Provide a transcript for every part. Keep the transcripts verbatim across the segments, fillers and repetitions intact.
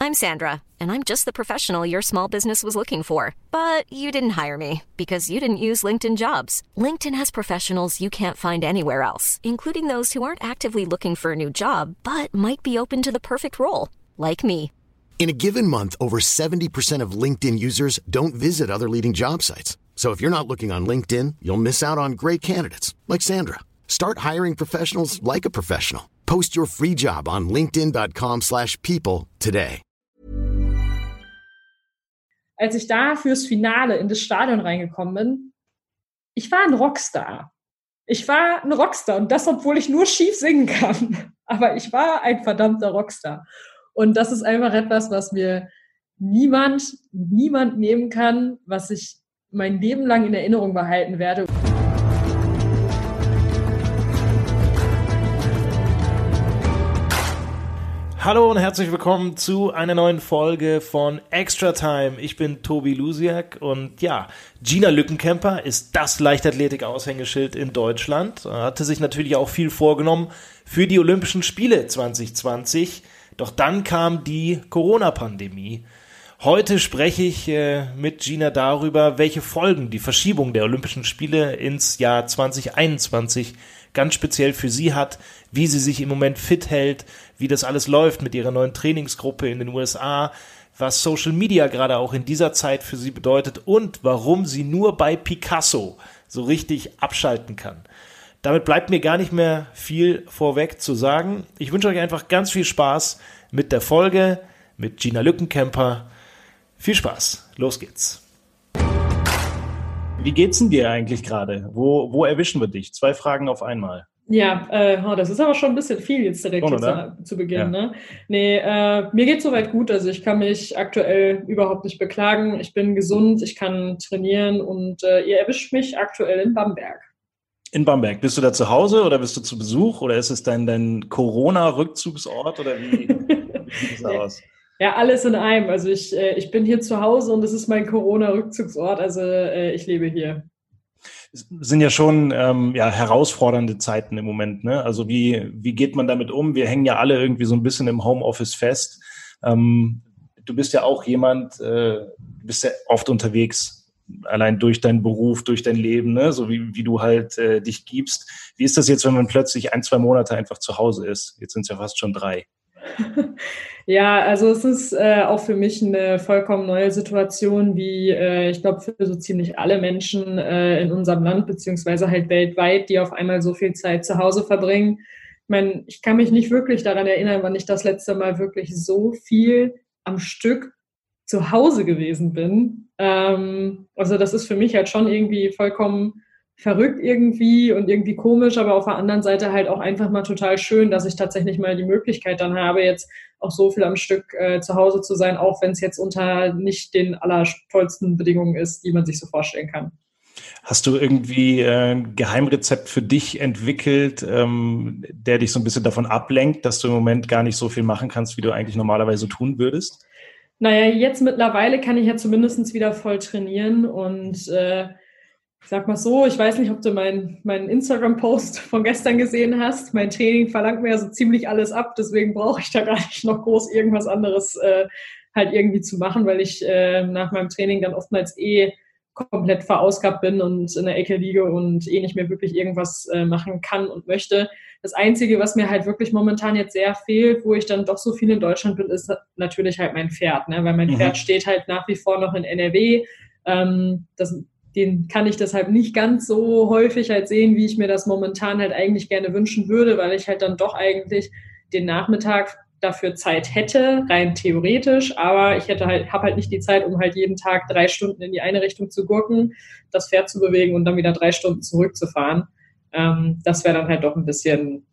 I'm Sandra, and I'm just the professional your small business was looking for. But you didn't hire me because you didn't use LinkedIn Jobs. LinkedIn has professionals you can't find anywhere else, including those who aren't actively looking for a new job, but might be open to the perfect role, like me. In a given month, over seventy percent of LinkedIn users don't visit other leading job sites. So if you're not looking on LinkedIn, you'll miss out on great candidates like Sandra. Start hiring professionals like a professional. Post your free job on linkedin.com slash people today. Als ich da fürs Finale in das Stadion reingekommen bin, ich war ein Rockstar. Ich war ein Rockstar und das, obwohl ich nur schief singen kann. Aber ich war ein verdammter Rockstar. Und das ist einfach etwas, was mir niemand, niemand nehmen kann, was ich mein Leben lang in Erinnerung behalten werde. Hallo und herzlich willkommen zu einer neuen Folge von Extra Time. Ich bin Tobi Lusiak und ja, Gina Lückenkämper ist das Leichtathletik-Aushängeschild in Deutschland. Er hatte sich natürlich auch viel vorgenommen für die Olympischen Spiele zwanzig zwanzig. Doch dann kam die Corona-Pandemie. Heute spreche ich äh, mit Gina darüber, welche Folgen die Verschiebung der Olympischen Spiele ins Jahr zwanzig einundzwanzig ganz speziell für sie hat, wie sie sich im Moment fit hält, wie das alles läuft mit ihrer neuen Trainingsgruppe in den U S A, was Social Media gerade auch in dieser Zeit für sie bedeutet und warum sie nur bei Picasso so richtig abschalten kann. Damit bleibt mir gar nicht mehr viel vorweg zu sagen. Ich wünsche euch einfach ganz viel Spaß mit der Folge, mit Gina Lückenkämper. Viel Spaß, los geht's. Wie geht's denn dir eigentlich gerade? Wo, wo erwischen wir dich? Zwei Fragen auf einmal. Ja, äh, oh, das ist aber schon ein bisschen viel jetzt direkt Schon, zu, zu Beginn. Ja. Ne? Nee, äh, mir geht's soweit gut. Also ich kann mich aktuell überhaupt nicht beklagen. Ich bin gesund, ich kann trainieren und äh, ihr erwischt mich aktuell in Bamberg. In Bamberg. Bist du da zu Hause oder bist du zu Besuch oder ist es dein, dein Corona-Rückzugsort oder wie, wie sieht es da aus? Ja, alles in einem. Also ich, äh, ich bin hier zu Hause und es ist mein Corona-Rückzugsort. Also äh, ich lebe hier. Es sind ja schon ähm, ja, herausfordernde Zeiten im Moment, ne? Also wie, wie geht man damit um? Wir hängen ja alle irgendwie so ein bisschen im Homeoffice fest. Ähm, du bist ja auch jemand, äh, du bist ja oft unterwegs, allein durch deinen Beruf, durch dein Leben, ne? So wie, wie du halt äh, dich gibst. Wie ist das jetzt, wenn man plötzlich ein, zwei Monate einfach zu Hause ist? Jetzt sind es ja fast schon drei. Ja, also es ist äh, auch für mich eine vollkommen neue Situation, wie äh, ich glaube für so ziemlich alle Menschen äh, in unserem Land beziehungsweise halt weltweit, die auf einmal so viel Zeit zu Hause verbringen. Ich meine, ich kann mich nicht wirklich daran erinnern, wann ich das letzte Mal wirklich so viel am Stück zu Hause gewesen bin. Ähm, also das ist für mich halt schon irgendwie vollkommen verrückt irgendwie und irgendwie komisch, aber auf der anderen Seite halt auch einfach mal total schön, dass ich tatsächlich mal die Möglichkeit dann habe, jetzt auch so viel am Stück äh, zu Hause zu sein, auch wenn es jetzt unter nicht den allertollsten Bedingungen ist, die man sich so vorstellen kann. Hast du irgendwie äh, ein Geheimrezept für dich entwickelt, ähm, der dich so ein bisschen davon ablenkt, dass du im Moment gar nicht so viel machen kannst, wie du eigentlich normalerweise tun würdest? Naja, jetzt mittlerweile kann ich ja zumindest wieder voll trainieren und äh, ich sag mal so, ich weiß nicht, ob du meinen mein Instagram-Post von gestern gesehen hast. Mein Training verlangt mir ja so ziemlich alles ab, deswegen brauche ich da gar nicht noch groß irgendwas anderes äh, halt irgendwie zu machen, weil ich äh, nach meinem Training dann oftmals eh komplett verausgabt bin und in der Ecke liege und eh nicht mehr wirklich irgendwas äh, machen kann und möchte. Das Einzige, was mir halt wirklich momentan jetzt sehr fehlt, wo ich dann doch so viel in Deutschland bin, ist natürlich halt mein Pferd, ne? Weil mein Mhm. Pferd steht halt nach wie vor noch in N R W. Ähm, das Den kann ich deshalb nicht ganz so häufig halt sehen, wie ich mir das momentan halt eigentlich gerne wünschen würde, weil ich halt dann doch eigentlich den Nachmittag dafür Zeit hätte, rein theoretisch, aber ich hätte halt, habe halt nicht die Zeit, um halt jeden Tag drei Stunden in die eine Richtung zu gurken, das Pferd zu bewegen und dann wieder drei Stunden zurückzufahren. Ähm, das wäre dann halt doch ein bisschen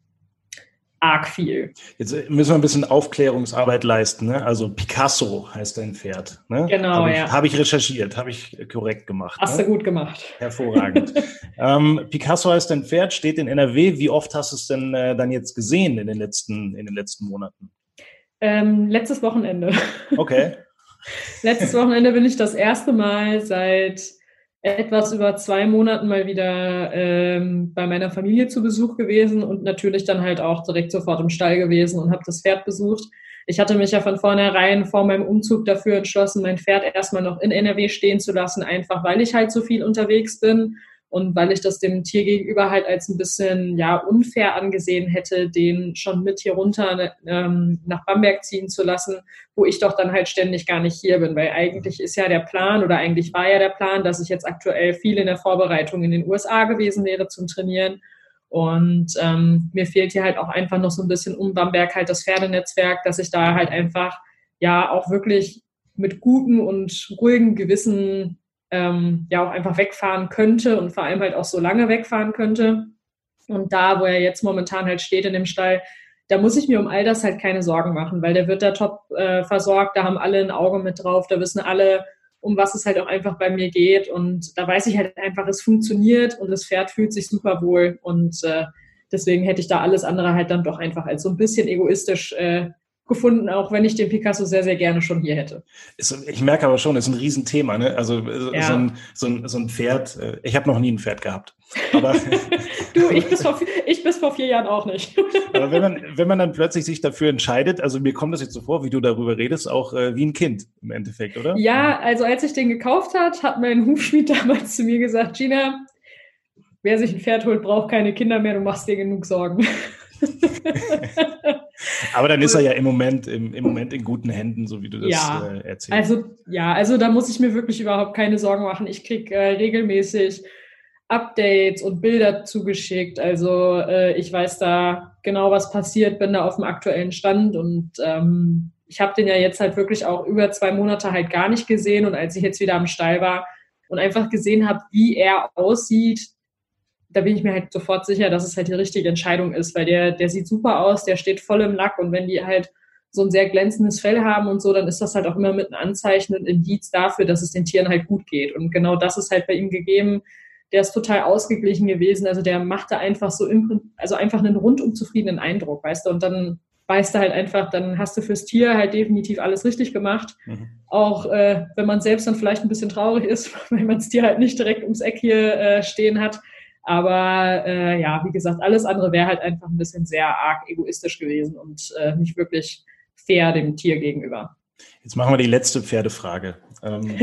arg viel. Jetzt müssen wir ein bisschen Aufklärungsarbeit leisten, ne? Also Picasso heißt dein Pferd, ne? Genau, Habe ich, ja. Habe ich recherchiert, habe ich korrekt gemacht. Hast ne? du gut gemacht. Hervorragend. ähm, Picasso heißt dein Pferd, steht in N R W. Wie oft hast du es denn äh, dann jetzt gesehen in den letzten, in den letzten Monaten? Ähm, letztes Wochenende. Okay. Letztes Wochenende bin ich das erste Mal seit etwas über zwei Monaten mal wieder ähm, bei meiner Familie zu Besuch gewesen und natürlich dann halt auch direkt sofort im Stall gewesen und habe das Pferd besucht. ich hatte mich ja von vornherein vor meinem Umzug dafür entschlossen, mein Pferd erstmal noch in N R W stehen zu lassen, einfach weil ich halt so viel unterwegs bin und weil ich das dem Tier gegenüber halt als ein bisschen ja unfair angesehen hätte, den schon mit hier runter ähm, nach Bamberg ziehen zu lassen, wo ich doch dann halt ständig gar nicht hier bin, weil eigentlich ist ja der Plan oder eigentlich war ja der Plan, dass ich jetzt aktuell viel in der Vorbereitung in den U S A gewesen wäre zum Trainieren. Und ähm, mir fehlt hier halt auch einfach noch so ein bisschen um Bamberg halt das Pferdenetzwerk, dass ich da halt einfach ja auch wirklich mit gutem und ruhigem Gewissen ähm, ja auch einfach wegfahren könnte und vor allem halt auch so lange wegfahren könnte. Und da, wo er jetzt momentan halt steht in dem Stall, da muss ich mir um all das halt keine Sorgen machen, weil der wird da top äh, versorgt, da haben alle ein Auge mit drauf, da wissen alle, um was es halt auch einfach bei mir geht. Und da weiß ich halt einfach, es funktioniert und das Pferd fühlt sich super wohl. Und äh, deswegen hätte ich da alles andere halt dann doch einfach als so ein bisschen egoistisch äh, gefunden, auch wenn ich den Picasso sehr, sehr gerne schon hier hätte. Ist, ich merke aber schon, es ist ein Riesenthema, ne? Also ja. so, ein, so, ein, so ein Pferd, ich habe noch nie ein Pferd gehabt. Aber du, ich bis, vor, ich bis vor vier Jahren auch nicht. Aber wenn man, wenn man dann plötzlich sich dafür entscheidet, also mir kommt das jetzt so vor, wie du darüber redest, auch äh, wie ein Kind im Endeffekt, oder? Ja, also als ich den gekauft hat, hat mein Hufschmied damals zu mir gesagt, Gina, wer sich ein Pferd holt, braucht keine Kinder mehr, du machst dir genug Sorgen. Aber dann ist er ja im Moment, im, im Moment in guten Händen, so wie du das ja, äh, erzählst. Also, ja, also da muss ich mir wirklich überhaupt keine Sorgen machen. Ich kriege äh, regelmäßig Updates und Bilder zugeschickt. Also äh, ich weiß da genau, was passiert, bin da auf dem aktuellen Stand und ähm, ich habe den ja jetzt halt wirklich auch über zwei Monate halt gar nicht gesehen und als ich jetzt wieder am Stall war und einfach gesehen habe, wie er aussieht, da bin ich mir halt sofort sicher, dass es halt die richtige Entscheidung ist, weil der, der sieht super aus, der steht voll im Lack und wenn die halt so ein sehr glänzendes Fell haben und so, dann ist das halt auch immer mit einem Anzeichen und Indiz dafür, dass es den Tieren halt gut geht und genau das ist halt bei ihm gegeben. Der ist total ausgeglichen gewesen, also der machte einfach so, im, also einfach einen rundum zufriedenen Eindruck, weißt du, und dann weißt du halt einfach, dann hast du fürs Tier halt definitiv alles richtig gemacht, mhm. auch äh, wenn man selbst dann vielleicht ein bisschen traurig ist, weil man das Tier halt nicht direkt ums Eck hier äh, stehen hat, aber äh, ja, wie gesagt, alles andere wäre halt einfach ein bisschen sehr arg egoistisch gewesen und äh, nicht wirklich fair dem Tier gegenüber. Jetzt machen wir die letzte Pferdefrage. Ähm,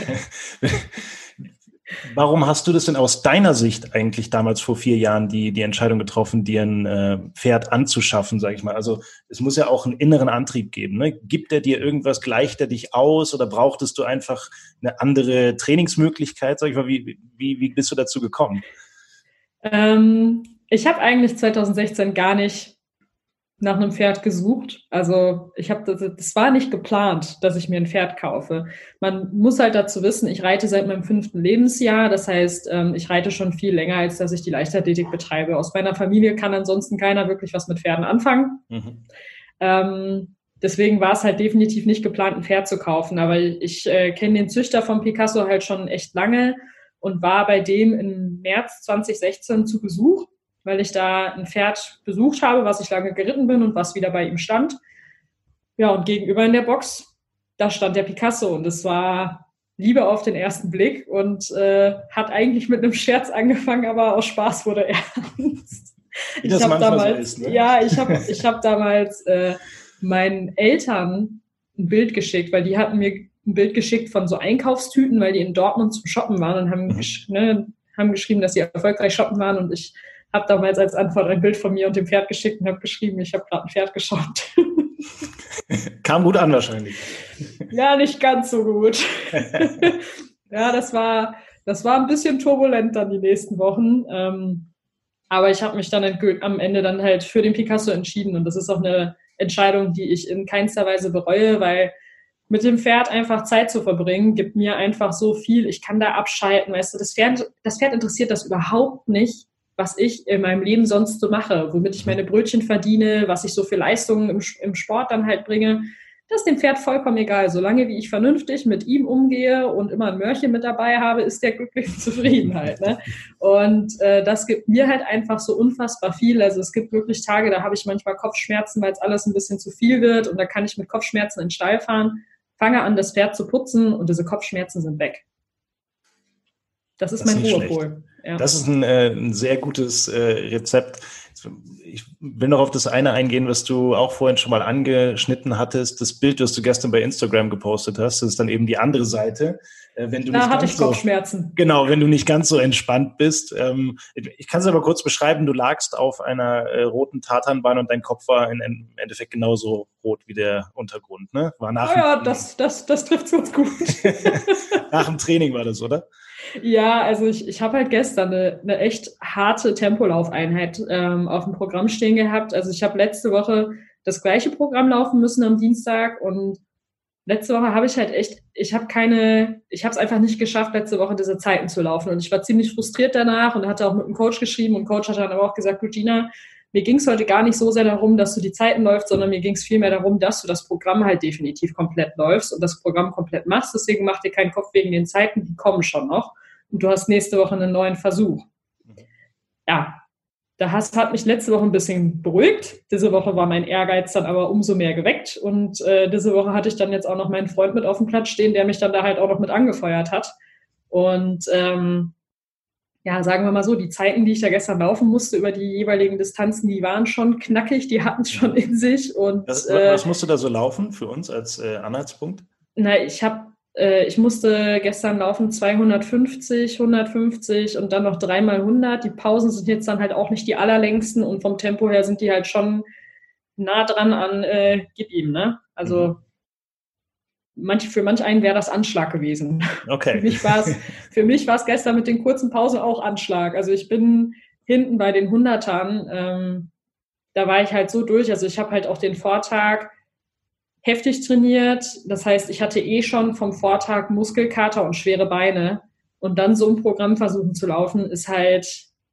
Warum hast du das denn aus deiner Sicht eigentlich damals vor vier Jahren die, die Entscheidung getroffen, dir ein äh, Pferd anzuschaffen, sage ich mal? Also es muss ja auch einen inneren Antrieb geben. Ne? Gibt er dir irgendwas, gleicht er dich aus oder brauchtest du einfach eine andere Trainingsmöglichkeit? Sag ich mal, wie, wie, wie bist du dazu gekommen? Ähm, ich habe eigentlich zwanzig sechzehn gar nicht nach einem Pferd gesucht. Also ich habe das, das war nicht geplant, dass ich mir ein Pferd kaufe. Man muss halt dazu wissen, ich reite seit meinem fünften Lebensjahr. Das heißt, ich reite schon viel länger, als dass ich die Leichtathletik betreibe. Aus meiner Familie kann ansonsten keiner wirklich was mit Pferden anfangen. Mhm. Ähm, deswegen war es halt definitiv nicht geplant, ein Pferd zu kaufen. Aber ich äh, kenne den Züchter vom Picasso halt schon echt lange und war bei dem im März zwanzig sechzehn zu Besuch, weil ich da ein Pferd besucht habe, was ich lange geritten bin und was wieder bei ihm stand. Ja, und gegenüber in der Box, da stand der Picasso und es war Liebe auf den ersten Blick und äh, hat eigentlich mit einem Scherz angefangen, aber aus Spaß wurde ernst. Wie das manchmal damals, so ist, ne? Ja, ich habe ich hab damals äh, meinen Eltern ein Bild geschickt, weil die hatten mir ein Bild geschickt von so Einkaufstüten, weil die in Dortmund zum Shoppen waren und haben, mhm. gesch- ne, haben geschrieben, dass sie erfolgreich shoppen waren und ich habe damals als Antwort ein Bild von mir und dem Pferd geschickt und habe geschrieben, ich habe gerade ein Pferd geschaut. Kam gut an wahrscheinlich. Ja, nicht ganz so gut. Ja, das war, das war ein bisschen turbulent dann die nächsten Wochen. Ähm, aber ich habe mich dann am Ende dann halt für den Picasso entschieden und das ist auch eine Entscheidung, die ich in keinster Weise bereue, weil mit dem Pferd einfach Zeit zu verbringen, gibt mir einfach so viel. Ich kann da abschalten, weißt du, das Pferd, das Pferd interessiert das überhaupt nicht, was ich in meinem Leben sonst so mache, womit ich meine Brötchen verdiene, was ich so für Leistungen im, im Sport dann halt bringe. Das ist dem Pferd vollkommen egal. Solange wie ich vernünftig mit ihm umgehe und immer ein Möhrchen mit dabei habe, ist der glücklich und zufrieden halt. Ne? Und äh, das gibt mir halt einfach so unfassbar viel. Also es gibt wirklich Tage, da habe ich manchmal Kopfschmerzen, weil es alles ein bisschen zu viel wird und da kann ich mit Kopfschmerzen in den Stall fahren, fange an, das Pferd zu putzen und diese Kopfschmerzen sind weg. Das ist das mein Ruhepol. Ja. Das ist ein, äh, ein sehr gutes äh, Rezept. ich will noch auf das eine eingehen, was du auch vorhin schon mal angeschnitten hattest. Das Bild, das du gestern bei Instagram gepostet hast, das ist dann eben die andere Seite. Wenn du da nicht hatte ganz ich so, Kopfschmerzen. Genau, wenn du nicht ganz so entspannt bist. Ähm, ich kann es aber kurz beschreiben. Du lagst auf einer äh, roten Tatanbahn und dein Kopf war in, im Endeffekt genauso rot wie der Untergrund. Ne? War nach oh ja, das, das, das trifft es ganz gut. Nach dem Training war das, oder? Ja, also ich, ich habe halt gestern eine, eine echt harte Tempolaufeinheit ähm, auf dem Programm stehen gehabt. Also ich habe letzte Woche das gleiche Programm laufen müssen am Dienstag und letzte Woche habe ich halt echt, ich habe keine, ich habe es einfach nicht geschafft, letzte Woche diese Zeiten zu laufen und ich war ziemlich frustriert danach und hatte auch mit dem Coach geschrieben und Coach hat dann aber auch gesagt, du Gina, mir ging es heute gar nicht so sehr darum, dass du die Zeiten läufst, sondern mir ging es vielmehr darum, dass du das Programm halt definitiv komplett läufst und das Programm komplett machst. Deswegen mach dir keinen Kopf wegen den Zeiten, die kommen schon noch. Und du hast nächste Woche einen neuen Versuch. Ja, da hast, hat mich letzte Woche ein bisschen beruhigt. Diese Woche war mein Ehrgeiz dann aber umso mehr geweckt. Und äh, diese Woche hatte ich dann jetzt auch noch meinen Freund mit auf dem Platz stehen, der mich dann da halt auch noch mit angefeuert hat. Und ähm, ja, sagen wir mal so, die Zeiten, die ich da gestern laufen musste über die jeweiligen Distanzen, die waren schon knackig, die hatten es schon in sich. Und was, äh, was musst du da so laufen für uns als äh, Anhaltspunkt? Na, ich habe, äh, ich musste gestern laufen zweihundertfünfzig, hundertfünfzig und dann noch dreimal hundert. Die Pausen sind jetzt dann halt auch nicht die allerlängsten und vom Tempo her sind die halt schon nah dran an äh, gib ihm, ne? Also mhm. manch, für manch einen wäre das Anschlag gewesen. Okay. Für mich war es, für mich war es gestern mit den kurzen Pausen auch Anschlag. Also ich bin hinten bei den Hundertern, ähm, da war ich halt so durch. Also ich habe halt auch den Vortag heftig trainiert. Das heißt, ich hatte eh schon vom Vortag Muskelkater und schwere Beine. Und dann so ein Programm versuchen zu laufen, ist halt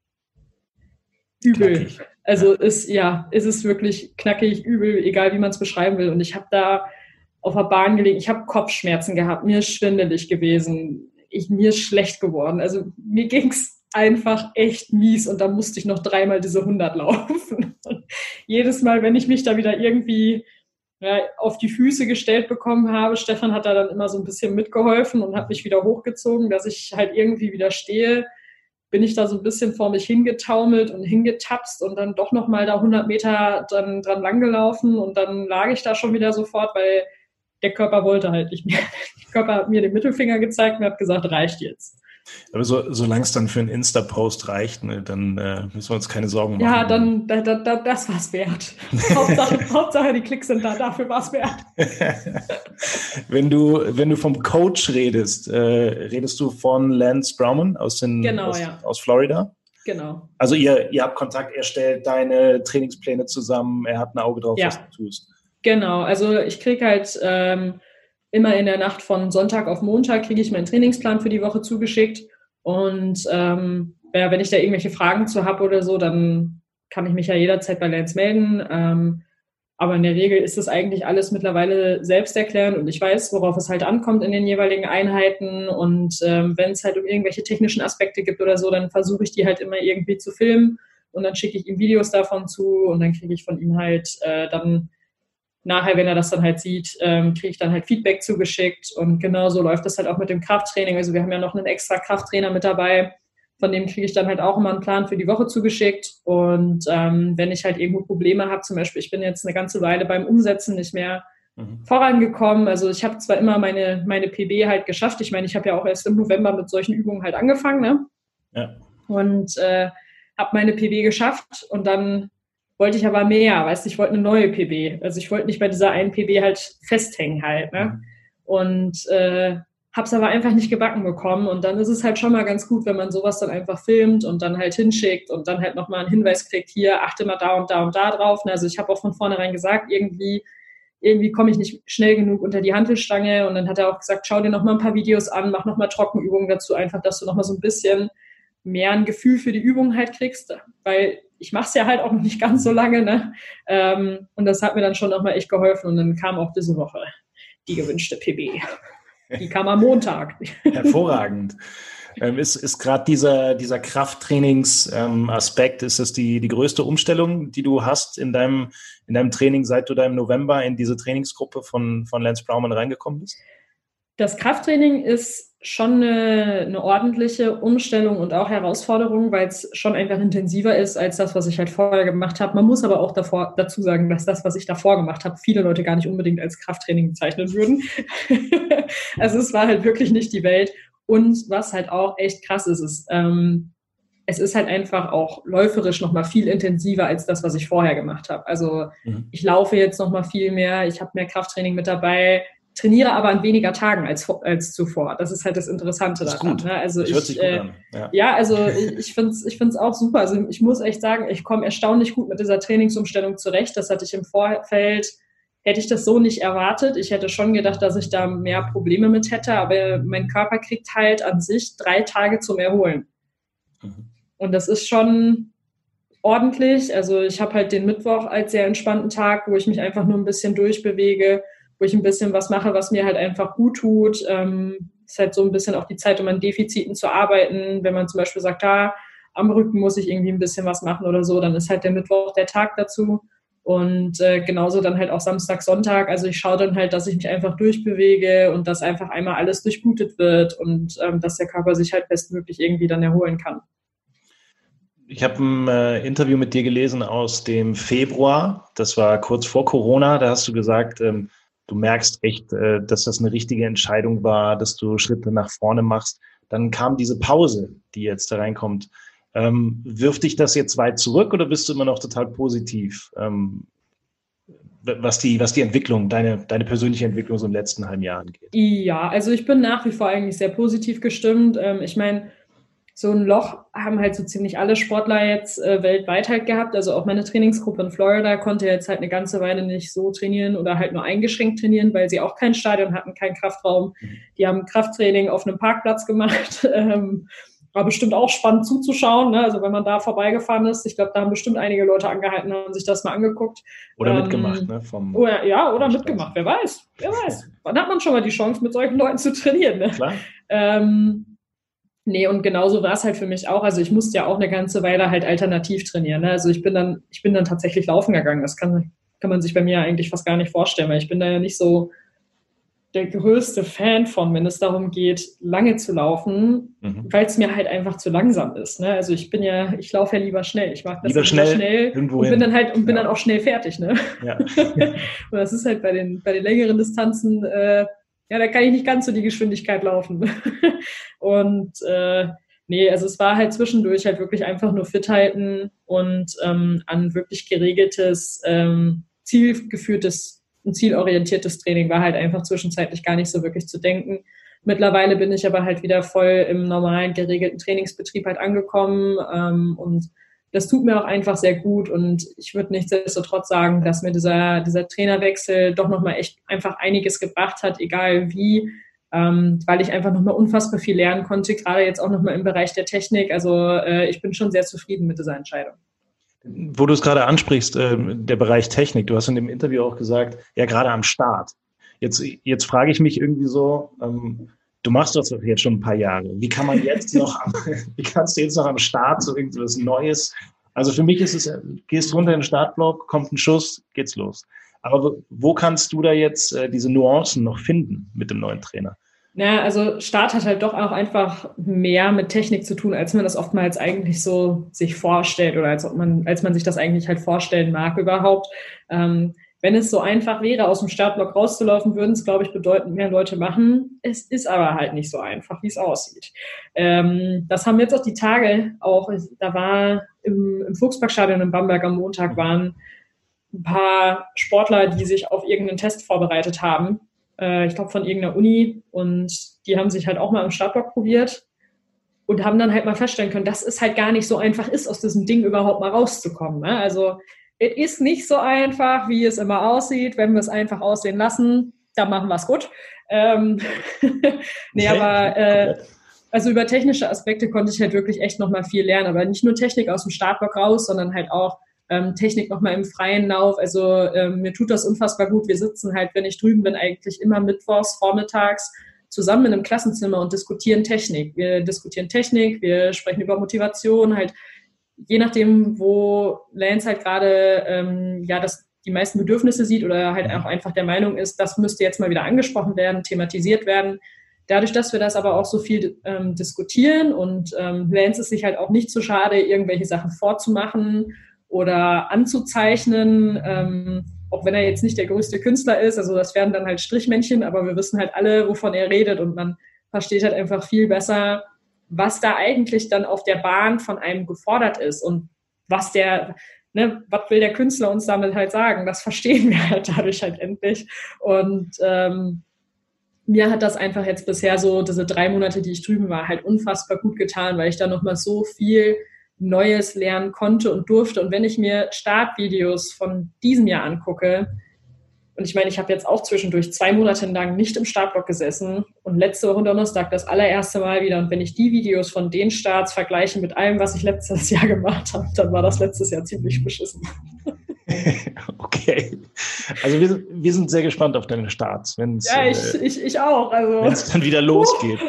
übel. Knackig. Also ja. ist, ja, ist es wirklich knackig, übel, egal wie man es beschreiben will. Und ich habe da auf der Bahn gelegen, ich habe Kopfschmerzen gehabt, mir ist schwindelig gewesen, ich, mir ist schlecht geworden. Also mir ging es einfach echt mies und da musste ich noch dreimal diese hundert laufen. Und jedes Mal, wenn ich mich da wieder irgendwie ja, auf die Füße gestellt bekommen habe, Stefan hat da dann immer so ein bisschen mitgeholfen und hat mich wieder hochgezogen, dass ich halt irgendwie wieder stehe, bin ich da so ein bisschen vor mich hingetaumelt und hingetapst und dann doch nochmal da hundert Meter dann dran langgelaufen und dann lag ich da schon wieder sofort, weil der Körper wollte halt nicht mehr. Der Körper hat mir den Mittelfinger gezeigt und hat gesagt, reicht jetzt. Aber so, solange es dann für einen Insta-Post reicht, ne, dann äh, müssen wir uns keine Sorgen machen. Ja, dann, da, da, da, das war's wert. Hauptsache, Hauptsache, die Klicks sind da, dafür war's wert. wenn du, wenn du vom Coach redest, äh, redest du von Lance Brauman aus, den, genau, aus, ja. aus Florida? Genau. Also ihr, ihr habt Kontakt, er stellt deine Trainingspläne zusammen, er hat ein Auge drauf, ja. was du tust. Genau, also ich kriege halt ähm, immer in der Nacht von Sonntag auf Montag kriege ich meinen Trainingsplan für die Woche zugeschickt und ähm, ja, wenn ich da irgendwelche Fragen zu habe oder so, dann kann ich mich ja jederzeit bei Lance melden. Ähm, aber in der Regel ist das eigentlich alles mittlerweile selbsterklärend und ich weiß, worauf es halt ankommt in den jeweiligen Einheiten und ähm, wenn es halt um irgendwelche technischen Aspekte gibt oder so, dann versuche ich die halt immer irgendwie zu filmen und dann schicke ich ihm Videos davon zu und dann kriege ich von ihm halt äh, dann nachher, wenn er das dann halt sieht, ähm, kriege ich dann halt Feedback zugeschickt und genauso läuft das halt auch mit dem Krafttraining. Also wir haben ja noch einen extra Krafttrainer mit dabei, von dem kriege ich dann halt auch immer einen Plan für die Woche zugeschickt und ähm, wenn ich halt irgendwo Probleme habe, zum Beispiel ich bin jetzt eine ganze Weile beim Umsetzen nicht mehr mhm. vorangekommen, also ich habe zwar immer meine, meine P B halt geschafft, ich meine, ich habe ja auch erst im November mit solchen Übungen halt angefangen, ne? Ja. Und äh, habe meine P B geschafft und dann wollte ich aber mehr, weißt du, ich wollte eine neue P B. Also ich wollte nicht bei dieser einen P B halt festhängen halt, ne? Mhm. Und äh, hab's aber einfach nicht gebacken bekommen. Und dann ist es halt schon mal ganz gut, wenn man sowas dann einfach filmt und dann halt hinschickt und dann halt nochmal einen Hinweis kriegt, hier, achte mal da und da und da drauf. Also ich habe auch von vornherein gesagt, irgendwie, irgendwie komme ich nicht schnell genug unter die Hantelstange. Und dann hat er auch gesagt, schau dir nochmal ein paar Videos an, mach nochmal Trockenübungen dazu, einfach, dass du nochmal so ein bisschen mehr ein Gefühl für die Übung halt kriegst, weil ich mache es ja halt auch noch nicht ganz so lange, ne? Ähm, und das hat mir dann schon nochmal echt geholfen. Und dann kam auch diese Woche die gewünschte P B. Die kam am Montag. Hervorragend. Ähm, ist ist gerade dieser, dieser Krafttrainings-Aspekt, ähm, ist das die, die größte Umstellung, die du hast in deinem, in deinem Training, seit du da im November in diese Trainingsgruppe von, von Lance Brauman reingekommen bist? Das Krafttraining ist schon eine, eine ordentliche Umstellung und auch Herausforderung, weil es schon einfach intensiver ist als das, was ich halt vorher gemacht habe. Man muss aber auch davor, dazu sagen, dass das, was ich davor gemacht habe, viele Leute gar nicht unbedingt als Krafttraining bezeichnen würden. Also es war halt wirklich nicht die Welt. Und was halt auch echt krass ist, ist, ähm, es ist halt einfach auch läuferisch nochmal viel intensiver als das, was ich vorher gemacht habe. Also mhm. ich laufe jetzt nochmal viel mehr, ich habe mehr Krafttraining mit dabei, trainiere aber an weniger Tagen als, als zuvor. Das ist halt das Interessante das ist daran. Gut. Ne? Also das ich, hört sich gut äh, an. Ja, ja also ich, ich finde es ich find's auch super. Also ich muss echt sagen, ich komme erstaunlich gut mit dieser Trainingsumstellung zurecht. Das hatte ich im Vorfeld, hätte ich das so nicht erwartet. Ich hätte schon gedacht, dass ich da mehr Probleme mit hätte, aber mein Körper kriegt halt an sich drei Tage zum Erholen. Mhm. Und das ist schon ordentlich. Also ich habe halt den Mittwoch als sehr entspannten Tag, wo ich mich einfach nur ein bisschen durchbewege, wo ich ein bisschen was mache, was mir halt einfach gut tut. Ähm, ist halt so ein bisschen auch die Zeit, um an Defiziten zu arbeiten. Wenn man zum Beispiel sagt, da am Rücken muss ich irgendwie ein bisschen was machen oder so, dann ist halt der Mittwoch der Tag dazu. Und äh, genauso dann halt auch Samstag, Sonntag. Also ich schaue dann halt, dass ich mich einfach durchbewege und dass einfach einmal alles durchblutet wird und ähm, dass der Körper sich halt bestmöglich irgendwie dann erholen kann. Ich habe ein äh, Interview mit dir gelesen aus dem Februar. Das war kurz vor Corona. Da hast du gesagt, ähm, du merkst echt, äh, dass das eine richtige Entscheidung war, dass du Schritte nach vorne machst. Dann kam diese Pause, die jetzt da reinkommt. Ähm, wirft dich das jetzt weit zurück oder bist du immer noch total positiv, ähm, was die, was die Entwicklung, deine, deine persönliche Entwicklung so im letzten halben Jahr angeht? Ja, also ich bin nach wie vor eigentlich sehr positiv gestimmt. Ähm, ich meine, so ein Loch haben halt so ziemlich alle Sportler jetzt äh, weltweit halt gehabt. Also auch meine Trainingsgruppe in Florida konnte jetzt halt eine ganze Weile nicht so trainieren oder halt nur eingeschränkt trainieren, weil sie auch kein Stadion hatten, keinen Kraftraum. Die haben Krafttraining auf einem Parkplatz gemacht. Ähm, war bestimmt auch spannend zuzuschauen. Ne? Also wenn man da vorbeigefahren ist, ich glaube, da haben bestimmt einige Leute angehalten und haben sich das mal angeguckt. Oder ähm, mitgemacht, ne? Vom oder, ja, oder mitgemacht. Wer weiß, wer weiß. Wann hat man schon mal die Chance, mit solchen Leuten zu trainieren? Ne? Klar. Ähm, Nee, und genauso war es halt für mich auch. Also ich musste ja auch eine ganze Weile halt alternativ trainieren. Ne? Also ich bin dann, ich bin dann tatsächlich laufen gegangen. Das kann, kann man sich bei mir eigentlich fast gar nicht vorstellen, weil ich bin da ja nicht so der größte Fan von, wenn es darum geht, lange zu laufen, mhm. weil es mir halt einfach zu langsam ist. Ne? Also ich bin ja, ich laufe ja lieber schnell. Ich mag das lieber schnell, schnell und bin hin. dann halt und bin ja. dann auch schnell fertig. Ne? Ja. Und das ist halt bei den, bei den längeren Distanzen, äh, ja, da kann ich nicht ganz so die Geschwindigkeit laufen. Und äh, nee, also es war halt zwischendurch halt wirklich einfach nur fit halten und ähm, an wirklich geregeltes, ähm, zielgeführtes und zielorientiertes Training war halt einfach zwischenzeitlich gar nicht so wirklich zu denken. Mittlerweile bin ich aber halt wieder voll im normalen, geregelten Trainingsbetrieb halt angekommen ähm, und das tut mir auch einfach sehr gut und ich würde nichtsdestotrotz sagen, dass mir dieser, dieser Trainerwechsel doch nochmal echt einfach einiges gebracht hat, egal wie, ähm, weil ich einfach nochmal unfassbar viel lernen konnte, gerade jetzt auch nochmal im Bereich der Technik. Also äh, ich bin schon sehr zufrieden mit dieser Entscheidung. Wo du es gerade ansprichst, äh, der Bereich Technik, du hast in dem Interview auch gesagt, ja gerade am Start. Jetzt, jetzt frage ich mich irgendwie so, ähm, du machst das doch jetzt schon ein paar Jahre. Wie kann man jetzt noch, am, wie kannst du jetzt noch am Start so irgendwas Neues? Also für mich ist es, gehst runter in den Startblock, kommt ein Schuss, geht's los. Aber wo kannst du da jetzt äh, diese Nuancen noch finden mit dem neuen Trainer? Naja, also Start hat halt doch auch einfach mehr mit Technik zu tun, als man das oftmals eigentlich so sich vorstellt oder als ob man, als man sich das eigentlich halt vorstellen mag überhaupt. Ähm, Wenn es so einfach wäre, aus dem Startblock rauszulaufen, würden es, glaube ich, bedeutend mehr Leute machen. Es ist aber halt nicht so einfach, wie es aussieht. Ähm, das haben jetzt auch die Tage auch, da war im, im Fuchsparkstadion in Bamberg am Montag waren ein paar Sportler, die sich auf irgendeinen Test vorbereitet haben. Äh, ich glaube von irgendeiner Uni und die haben sich halt auch mal im Startblock probiert und haben dann halt mal feststellen können, dass es halt gar nicht so einfach ist, aus diesem Ding überhaupt mal rauszukommen. Ne? Also es ist nicht so einfach, wie es immer aussieht. Wenn wir es einfach aussehen lassen, dann machen wir es gut. Ähm nee, okay. aber äh, also über technische Aspekte konnte ich halt wirklich echt nochmal viel lernen. Aber nicht nur Technik aus dem Startblock raus, sondern halt auch ähm, Technik nochmal im freien Lauf. Also ähm, mir tut das unfassbar gut. Wir sitzen halt, wenn ich drüben bin, eigentlich immer mittwochs, vormittags zusammen in einem Klassenzimmer und diskutieren Technik. Wir diskutieren Technik, wir sprechen über Motivation, halt je nachdem, wo Lance halt gerade ähm, ja das die meisten Bedürfnisse sieht oder halt auch einfach der Meinung ist, das müsste jetzt mal wieder angesprochen werden, thematisiert werden. Dadurch, dass wir das aber auch so viel ähm, diskutieren und ähm, Lance ist sich halt auch nicht zu schade, irgendwelche Sachen vorzumachen oder anzuzeichnen, ähm, auch wenn er jetzt nicht der größte Künstler ist, also das werden dann halt Strichmännchen, aber wir wissen halt alle, wovon er redet und man versteht halt einfach viel besser, was da eigentlich dann auf der Bahn von einem gefordert ist und was der, ne, was will der Künstler uns damit halt sagen, das verstehen wir halt dadurch halt endlich und ähm, mir hat das einfach jetzt bisher so, diese drei Monate, die ich drüben war, halt unfassbar gut getan, weil ich da nochmal so viel Neues lernen konnte und durfte. Und wenn ich mir Startvideos von diesem Jahr angucke, und ich meine, ich habe jetzt auch zwischendurch zwei Monate lang nicht im Startblock gesessen und letzte Woche Donnerstag das allererste Mal wieder. Und wenn ich die Videos von den Starts vergleiche mit allem, was ich letztes Jahr gemacht habe, dann war das letztes Jahr ziemlich beschissen. Okay. Also wir, wir sind sehr gespannt auf deine Starts. Wenn's, ja, ich, äh, ich, ich auch. Also, wenn es dann wieder losgeht.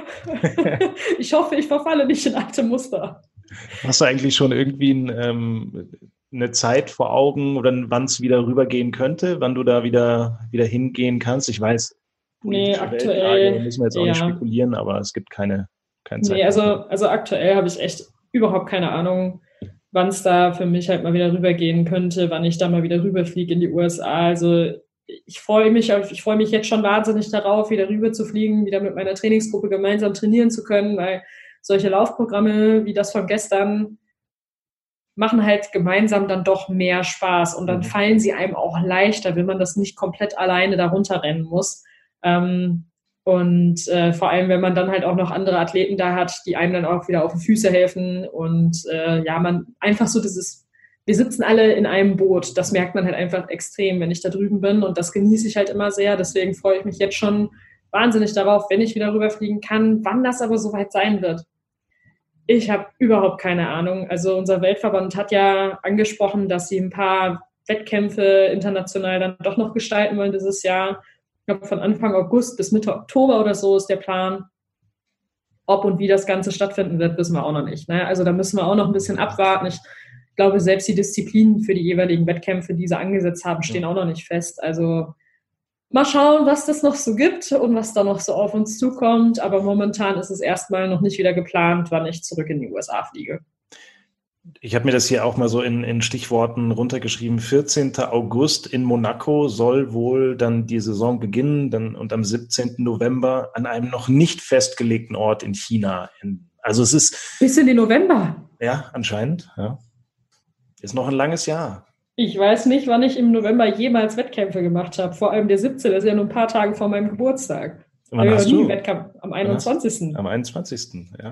Ich hoffe, ich verfalle nicht in alte Muster. Hast du eigentlich schon irgendwie ein, ähm, eine Zeit vor Augen oder wann es wieder rübergehen könnte, wann du da wieder, wieder hingehen kannst? Ich weiß, nee, aktuell müssen wir jetzt auch ja. nicht spekulieren, aber es gibt keine, keine Zeit. Nee, also, also aktuell habe ich echt überhaupt keine Ahnung, wann es da für mich halt mal wieder rübergehen könnte, wann ich da mal wieder rüberfliege in die U S A. Also ich freue mich, ich freue mich jetzt schon wahnsinnig darauf, wieder rüber zu fliegen, wieder mit meiner Trainingsgruppe gemeinsam trainieren zu können, weil solche Laufprogramme wie das von gestern machen halt gemeinsam dann doch mehr Spaß und dann fallen sie einem auch leichter, wenn man das nicht komplett alleine da runterrennen muss. Ähm, Und äh, vor allem, wenn man dann halt auch noch andere Athleten da hat, die einem dann auch wieder auf die Füße helfen. Und äh, ja, man einfach so dieses, wir sitzen alle in einem Boot. Das merkt man halt einfach extrem, wenn ich da drüben bin. Und das genieße ich halt immer sehr. Deswegen freue ich mich jetzt schon wahnsinnig darauf, wenn ich wieder rüberfliegen kann. Wann das aber soweit sein wird, ich habe überhaupt keine Ahnung. Also unser Weltverband hat ja angesprochen, dass sie ein paar Wettkämpfe international dann doch noch gestalten wollen dieses Jahr. Ich glaube, von Anfang August bis Mitte Oktober oder so ist der Plan. Ob und wie das Ganze stattfinden wird, wissen wir auch noch nicht. Ne? Also da müssen wir auch noch ein bisschen abwarten. Ich glaube, selbst die Disziplinen für die jeweiligen Wettkämpfe, die sie angesetzt haben, stehen auch noch nicht fest. Also mal schauen, was das noch so gibt und was da noch so auf uns zukommt. Aber momentan ist es erstmal noch nicht wieder geplant, wann ich zurück in die U S A fliege. Ich habe mir das hier auch mal so in, in Stichworten runtergeschrieben. vierzehnten August in Monaco soll wohl dann die Saison beginnen dann, und am siebzehnten November an einem noch nicht festgelegten Ort in China. In, also es ist... Bis in den November? Ja, anscheinend. Ja. Ist noch ein langes Jahr. Ich weiß nicht, wann ich im November jemals Wettkämpfe gemacht habe. Vor allem der siebzehnte, das ist ja nur ein paar Tage vor meinem Geburtstag. Wann hast du? Wettkampf am einundzwanzigsten Am einundzwanzigsten, ja.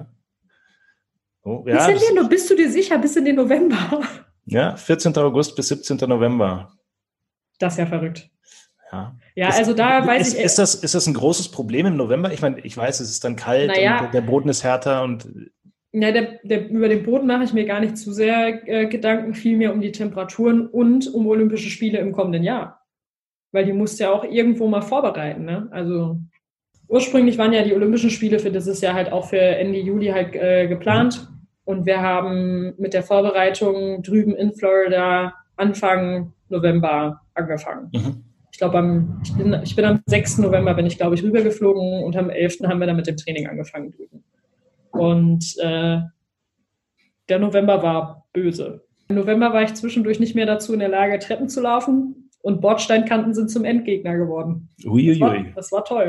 Oh, ja, bis in den, bist du dir sicher, bis in den November? Ja, vierzehnten August bis siebzehnten November. Das ist ja verrückt. Ja, ja ist, also da weiß ist, ich... Ist das, ist das ein großes Problem im November? Ich meine, ich weiß, es ist dann kalt naja, und der Boden ist härter und... Ja, der, der, über den Boden mache ich mir gar nicht zu sehr äh, Gedanken, vielmehr um die Temperaturen und um Olympische Spiele im kommenden Jahr. Weil die musst du ja auch irgendwo mal vorbereiten, ne? Also ursprünglich waren ja die Olympischen Spiele für dieses Jahr halt auch für Ende Juli halt äh, geplant. Mhm. Und wir haben mit der Vorbereitung drüben in Florida Anfang November angefangen. Mhm. Ich glaube, am, ich bin, ich bin am sechsten November bin ich, glaube ich, rübergeflogen und am elften haben wir dann mit dem Training angefangen drüben. Und äh, der November war böse. Im November war ich zwischendurch nicht mehr dazu in der Lage, Treppen zu laufen und Bordsteinkanten sind zum Endgegner geworden. Uiuiui. Das war, das war toll.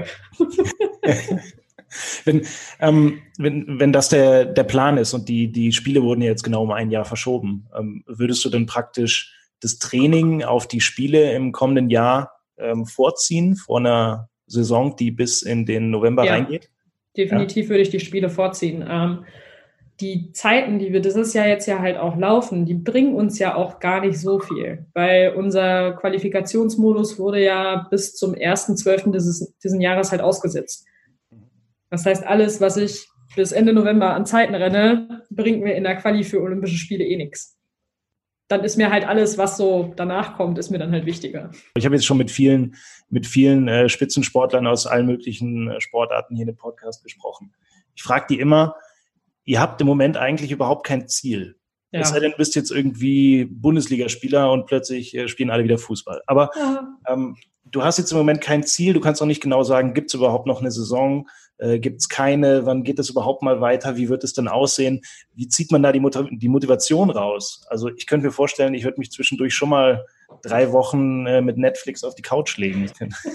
Wenn, ähm, wenn, wenn das der, der Plan ist und die, die Spiele wurden ja jetzt genau um ein Jahr verschoben, ähm, würdest du dann praktisch das Training auf die Spiele im kommenden Jahr ähm, vorziehen vor einer Saison, die bis in den November ja, reingeht? Definitiv ja. Würde ich die Spiele vorziehen. Ähm, die Zeiten, die wir dieses Jahr jetzt ja halt auch laufen, die bringen uns ja auch gar nicht so viel, weil unser Qualifikationsmodus wurde ja bis zum ersten zwölften dieses diesen Jahres halt ausgesetzt. Das heißt, alles, was ich bis Ende November an Zeiten renne, bringt mir in der Quali für Olympische Spiele eh nichts. Dann ist mir halt alles, was so danach kommt, ist mir dann halt wichtiger. Ich habe jetzt schon mit vielen, mit vielen äh, Spitzensportlern aus allen möglichen äh, Sportarten hier in dem Podcast gesprochen. Ich frage die immer, ihr habt im Moment eigentlich überhaupt kein Ziel. Ja. Es sei denn, du bist jetzt irgendwie Bundesligaspieler und plötzlich äh, spielen alle wieder Fußball. Aber Ja. ähm, du hast jetzt im Moment kein Ziel, du kannst auch nicht genau sagen, gibt es überhaupt noch eine Saison, äh, gibt es keine, wann geht es überhaupt mal weiter, wie wird es denn aussehen, wie zieht man da die, Mot- die Motivation raus? Also ich könnte mir vorstellen, ich würde mich zwischendurch schon mal drei Wochen äh, mit Netflix auf die Couch legen.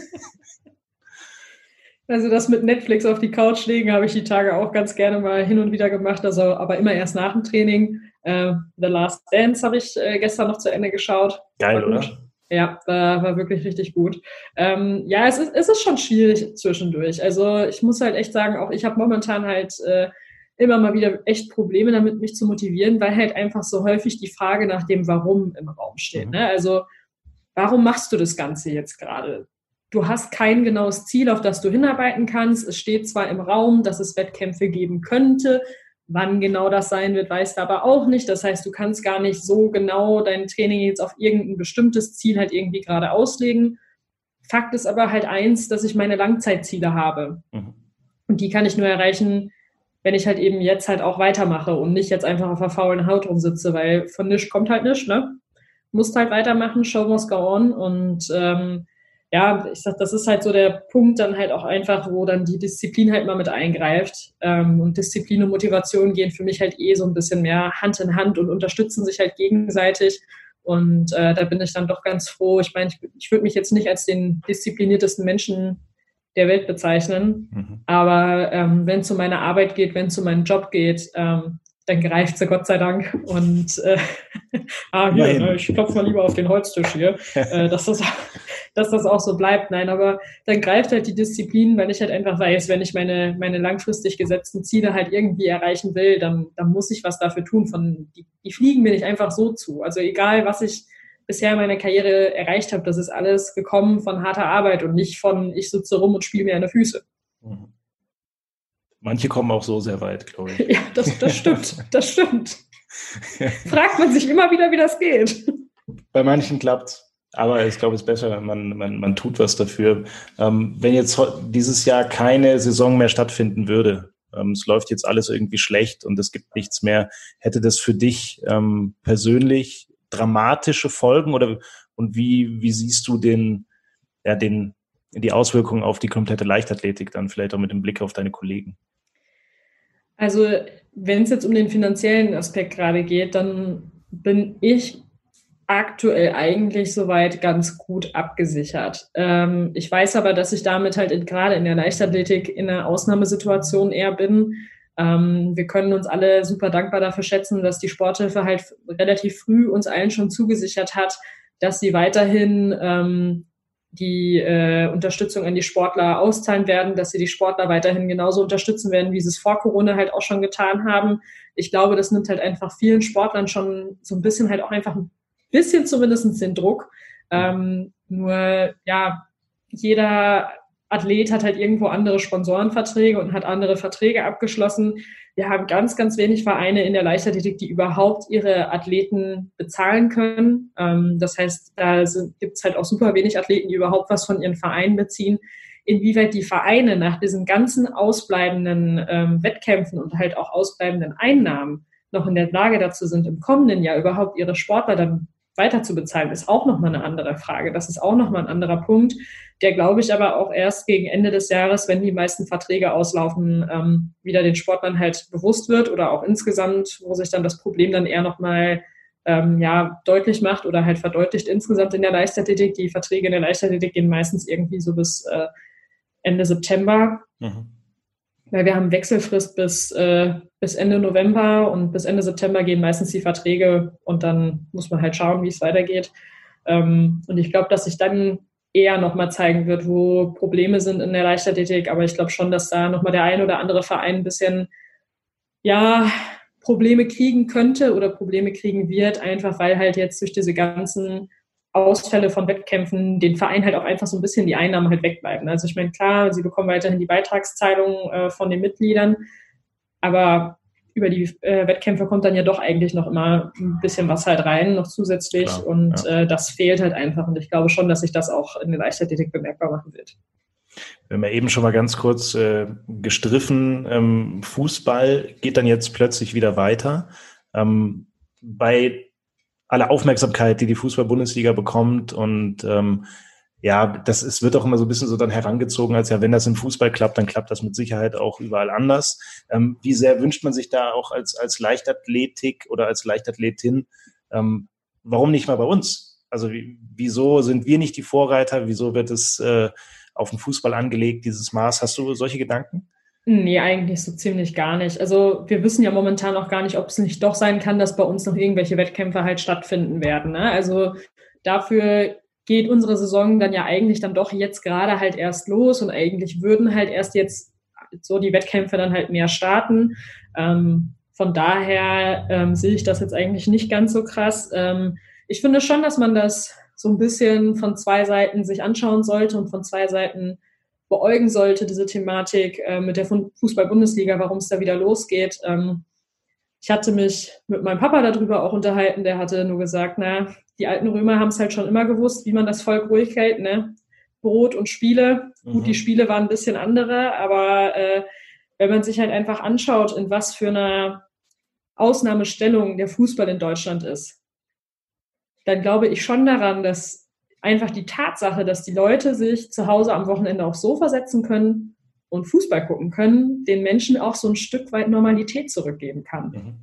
Also das mit Netflix auf die Couch legen habe ich die Tage auch ganz gerne mal hin und wieder gemacht, also aber immer erst nach dem Training. Äh, The Last Dance habe ich äh, gestern noch zu Ende geschaut. Geil, oder? Ja, war, war wirklich richtig gut. Ähm, ja, es ist, es ist schon schwierig zwischendurch. Also ich muss halt echt sagen, auch ich habe momentan halt äh, immer mal wieder echt Probleme damit, mich zu motivieren, weil halt einfach so häufig die Frage nach dem Warum im Raum steht. Mhm. Ne? Also warum machst du das Ganze jetzt gerade? Du hast kein genaues Ziel, auf das du hinarbeiten kannst. Es steht zwar im Raum, dass es Wettkämpfe geben könnte. Wann genau das sein wird, weißt du aber auch nicht. Das heißt, du kannst gar nicht so genau dein Training jetzt auf irgendein bestimmtes Ziel halt irgendwie gerade auslegen. Fakt ist aber halt eins, dass ich meine Langzeitziele habe. Mhm. Und die kann ich nur erreichen, wenn ich halt eben jetzt halt auch weitermache und nicht jetzt einfach auf der faulen Haut rumsitze, weil von nichts kommt halt nichts, ne? Musst halt weitermachen, show must go on. Und ähm, ja, ich sag, das ist halt so der Punkt dann halt auch einfach, wo dann die Disziplin halt mal mit eingreift. Ähm, und Disziplin und Motivation gehen für mich halt eh so ein bisschen mehr Hand in Hand und unterstützen sich halt gegenseitig. Und äh, da bin ich dann doch ganz froh. Ich meine, ich, ich würde mich jetzt nicht als den diszipliniertesten Menschen der Welt bezeichnen. Mhm. Aber ähm, wenn es um meine Arbeit geht, wenn es um meinen Job geht, ähm, dann greift sie Gott sei Dank. Und äh, ah, hier, ne, ich klopfe mal lieber auf den Holztisch hier, äh, dass, das, dass das auch so bleibt. Nein, aber dann greift halt die Disziplin, weil ich halt einfach weiß, wenn ich meine, meine langfristig gesetzten Ziele halt irgendwie erreichen will, dann, dann muss ich was dafür tun. Von, die, die fliegen mir nicht einfach so zu. Also egal, was ich bisher in meiner Karriere erreicht habe, das ist alles gekommen von harter Arbeit und nicht von, ich sitze rum und spiele mir an die Füße. Mhm. Manche kommen auch so sehr weit, glaube ich. Ja, das, das stimmt, das stimmt. Fragt man sich immer wieder, wie das geht. Bei manchen klappt's, aber ich glaube, es ist besser, man, man, man tut was dafür. Ähm, wenn jetzt dieses Jahr keine Saison mehr stattfinden würde, ähm, es läuft jetzt alles irgendwie schlecht und es gibt nichts mehr, hätte das für dich ähm, persönlich dramatische Folgen oder und wie, wie siehst du den, ja, den, die Auswirkungen auf die komplette Leichtathletik dann vielleicht auch mit dem Blick auf deine Kollegen? Also wenn es jetzt um den finanziellen Aspekt gerade geht, dann bin ich aktuell eigentlich soweit ganz gut abgesichert. Ähm, ich weiß aber, dass ich damit halt in, gerade in der Leichtathletik in einer Ausnahmesituation eher bin. Ähm, wir können uns alle super dankbar dafür schätzen, dass die Sporthilfe halt relativ früh uns allen schon zugesichert hat, dass sie weiterhin ähm, die äh, Unterstützung an die Sportler auszahlen werden, dass sie die Sportler weiterhin genauso unterstützen werden, wie sie es vor Corona halt auch schon getan haben. Ich glaube, das nimmt halt einfach vielen Sportlern schon so ein bisschen halt auch einfach ein bisschen zumindest den Druck. Ähm, nur, ja, jeder Athlet hat halt irgendwo andere Sponsorenverträge und hat andere Verträge abgeschlossen. Wir haben ganz, ganz wenig Vereine in der Leichtathletik, die überhaupt ihre Athleten bezahlen können. Ähm, das heißt, da gibt es halt auch super wenig Athleten, die überhaupt was von ihren Vereinen beziehen. Inwieweit die Vereine nach diesen ganzen ausbleibenden ähm, Wettkämpfen und halt auch ausbleibenden Einnahmen noch in der Lage dazu sind, im kommenden Jahr überhaupt ihre Sportler dann weiter zu bezahlen, ist auch nochmal eine andere Frage. Das ist auch nochmal ein anderer Punkt, der, glaube ich, aber auch erst gegen Ende des Jahres, wenn die meisten Verträge auslaufen, ähm, wieder den Sportlern halt bewusst wird oder auch insgesamt, wo sich dann das Problem dann eher nochmal ähm, ja, deutlich macht oder halt verdeutlicht insgesamt in der Leichtathletik. Die Verträge in der Leichtathletik gehen meistens irgendwie so bis äh, Ende September. Mhm. Weil wir haben Wechselfrist bis, äh, bis Ende November und bis Ende September gehen meistens die Verträge und dann muss man halt schauen, wie es weitergeht. Ähm, und ich glaube, dass sich dann eher nochmal zeigen wird, wo Probleme sind in der Leichtathletik. Aber ich glaube schon, dass da nochmal der ein oder andere Verein ein bisschen, ja, Probleme kriegen könnte oder Probleme kriegen wird, einfach weil halt jetzt durch diese ganzen Ausfälle von Wettkämpfen den Verein halt auch einfach so ein bisschen die Einnahmen halt wegbleiben. Also ich meine, klar, sie bekommen weiterhin die Beitragszahlung äh, von den Mitgliedern, aber über die äh, Wettkämpfe kommt dann ja doch eigentlich noch immer ein bisschen was halt rein, noch zusätzlich. Klar, und ja. äh, das fehlt halt einfach. Und ich glaube schon, dass sich das auch in der Leichtathletik bemerkbar machen wird. Wir haben ja eben schon mal ganz kurz äh, gestriffen, ähm, Fußball geht dann jetzt plötzlich wieder weiter. Ähm, bei aller Aufmerksamkeit, die die Fußball-Bundesliga bekommt und ähm, ja, das ist, wird auch immer so ein bisschen so dann herangezogen, als ja, wenn das im Fußball klappt, dann klappt das mit Sicherheit auch überall anders. Ähm, wie sehr wünscht man sich da auch als, als Leichtathletik oder als Leichtathletin, ähm, warum nicht mal bei uns? Also wie, wieso sind wir nicht die Vorreiter? Wieso wird es äh, auf den Fußball angelegt, dieses Maß? Hast du solche Gedanken? Nee, eigentlich so ziemlich gar nicht. Also wir wissen ja momentan auch gar nicht, ob es nicht doch sein kann, dass bei uns noch irgendwelche Wettkämpfe halt stattfinden werden. Ne? Also dafür geht unsere Saison dann ja eigentlich dann doch jetzt gerade halt erst los und eigentlich würden halt erst jetzt so die Wettkämpfe dann halt mehr starten. Ähm, von daher ähm, sehe ich das jetzt eigentlich nicht ganz so krass. Ähm, ich finde schon, dass man das so ein bisschen von zwei Seiten sich anschauen sollte und von zwei Seiten beäugen sollte, diese Thematik äh, mit der Fußball-Bundesliga, warum es da wieder losgeht. Ähm, ich hatte mich mit meinem Papa darüber auch unterhalten, der hatte nur gesagt, na, die alten Römer haben es halt schon immer gewusst, wie man das Volk ruhig hält, ne? Brot und Spiele. Mhm. Gut, die Spiele waren ein bisschen andere, aber äh, wenn man sich halt einfach anschaut, in was für einer Ausnahmestellung der Fußball in Deutschland ist, dann glaube ich schon daran, dass einfach die Tatsache, dass die Leute sich zu Hause am Wochenende aufs Sofa setzen können und Fußball gucken können, den Menschen auch so ein Stück weit Normalität zurückgeben kann. Mhm.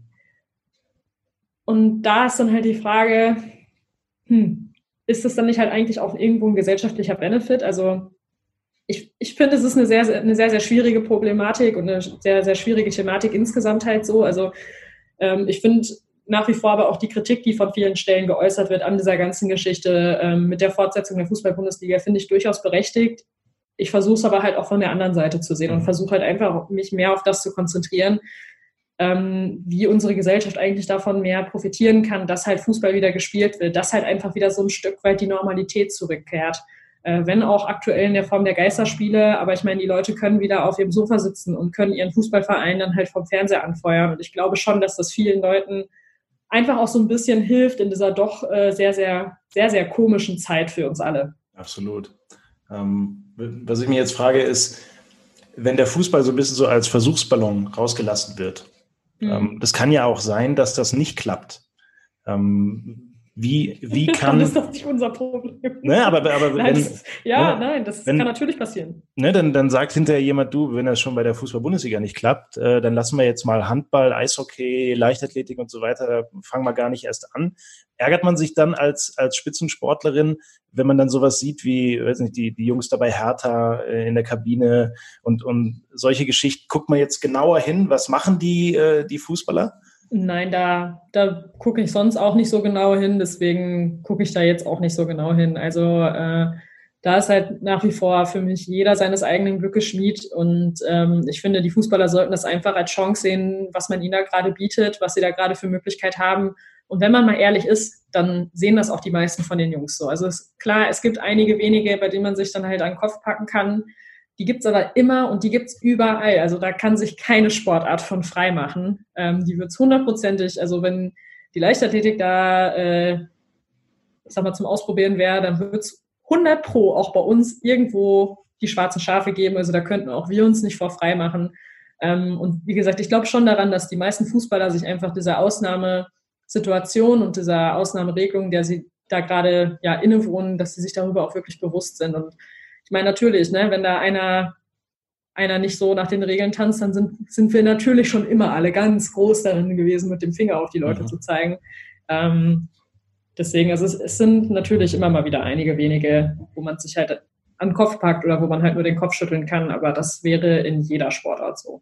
Und da ist dann halt die Frage, hm, ist das dann nicht halt eigentlich auch irgendwo ein gesellschaftlicher Benefit? Also ich, ich finde, es ist eine sehr, sehr, eine sehr, sehr schwierige Problematik und eine sehr, sehr schwierige Thematik insgesamt halt so. Also ähm, ich finde nach wie vor aber auch die Kritik, die von vielen Stellen geäußert wird an dieser ganzen Geschichte ähm, mit der Fortsetzung der Fußball-Bundesliga, finde ich durchaus berechtigt. Ich versuche es aber halt auch von der anderen Seite zu sehen und versuche halt einfach, mich mehr auf das zu konzentrieren, ähm, wie unsere Gesellschaft eigentlich davon mehr profitieren kann, dass halt Fußball wieder gespielt wird, dass halt einfach wieder so ein Stück weit die Normalität zurückkehrt. Äh, wenn auch aktuell in der Form der Geisterspiele, aber ich meine, die Leute können wieder auf ihrem Sofa sitzen und können ihren Fußballverein dann halt vom Fernseher anfeuern. Und ich glaube schon, dass das vielen Leuten einfach auch so ein bisschen hilft in dieser doch äh, sehr, sehr, sehr, sehr komischen Zeit für uns alle. Absolut. Ähm, was ich mir jetzt frage ist, wenn der Fußball so ein bisschen so als Versuchsballon rausgelassen wird, mhm. ähm, das kann ja auch sein, dass das nicht klappt. Ähm, Wie, wie kann... Dann ist das nicht unser Problem. Ne, aber, aber nein, wenn, das, ja, ne, nein, das wenn, kann natürlich passieren. Ne, dann, dann sagt hinterher jemand, du, wenn das schon bei der Fußball-Bundesliga nicht klappt, äh, dann lassen wir jetzt mal Handball, Eishockey, Leichtathletik und so weiter, da fangen wir gar nicht erst an. Ärgert man sich dann als, als Spitzensportlerin, wenn man dann sowas sieht wie, weiß nicht, die, die Jungs da bei Hertha äh, in der Kabine und, und solche Geschichten? Guckt man jetzt genauer hin, was machen die, äh, die Fußballer? Nein, da, da gucke ich sonst auch nicht so genau hin, deswegen gucke ich da jetzt auch nicht so genau hin. Also äh, da ist halt nach wie vor für mich jeder seines eigenen Glückes Schmied und ähm, ich finde, die Fußballer sollten das einfach als Chance sehen, was man ihnen da gerade bietet, was sie da gerade für Möglichkeit haben. Und wenn man mal ehrlich ist, dann sehen das auch die meisten von den Jungs so. Also es, klar, es gibt einige wenige, bei denen man sich dann halt an den Kopf packen kann. Die gibt's aber immer und die gibt's überall. Also da kann sich keine Sportart von frei machen. Ähm, die wird's hundertprozentig, also wenn die Leichtathletik da, äh, ich sag mal, zum Ausprobieren wäre, dann wird's hundert Pro auch bei uns irgendwo die schwarzen Schafe geben. Also da könnten auch wir uns nicht vor frei machen. Ähm, und wie gesagt, ich glaube schon daran, dass die meisten Fußballer sich einfach dieser Ausnahmesituation und dieser Ausnahmeregelung, der sie da gerade ja innewohnen, dass sie sich darüber auch wirklich bewusst sind. Und ich meine, natürlich, ne, wenn da einer, einer nicht so nach den Regeln tanzt, dann sind, sind wir natürlich schon immer alle ganz groß darin gewesen, mit dem Finger auf die Leute mhm. zu zeigen. Ähm, deswegen, also es, es sind natürlich immer mal wieder einige wenige, wo man sich halt an den Kopf packt oder wo man halt nur den Kopf schütteln kann, aber das wäre in jeder Sportart so.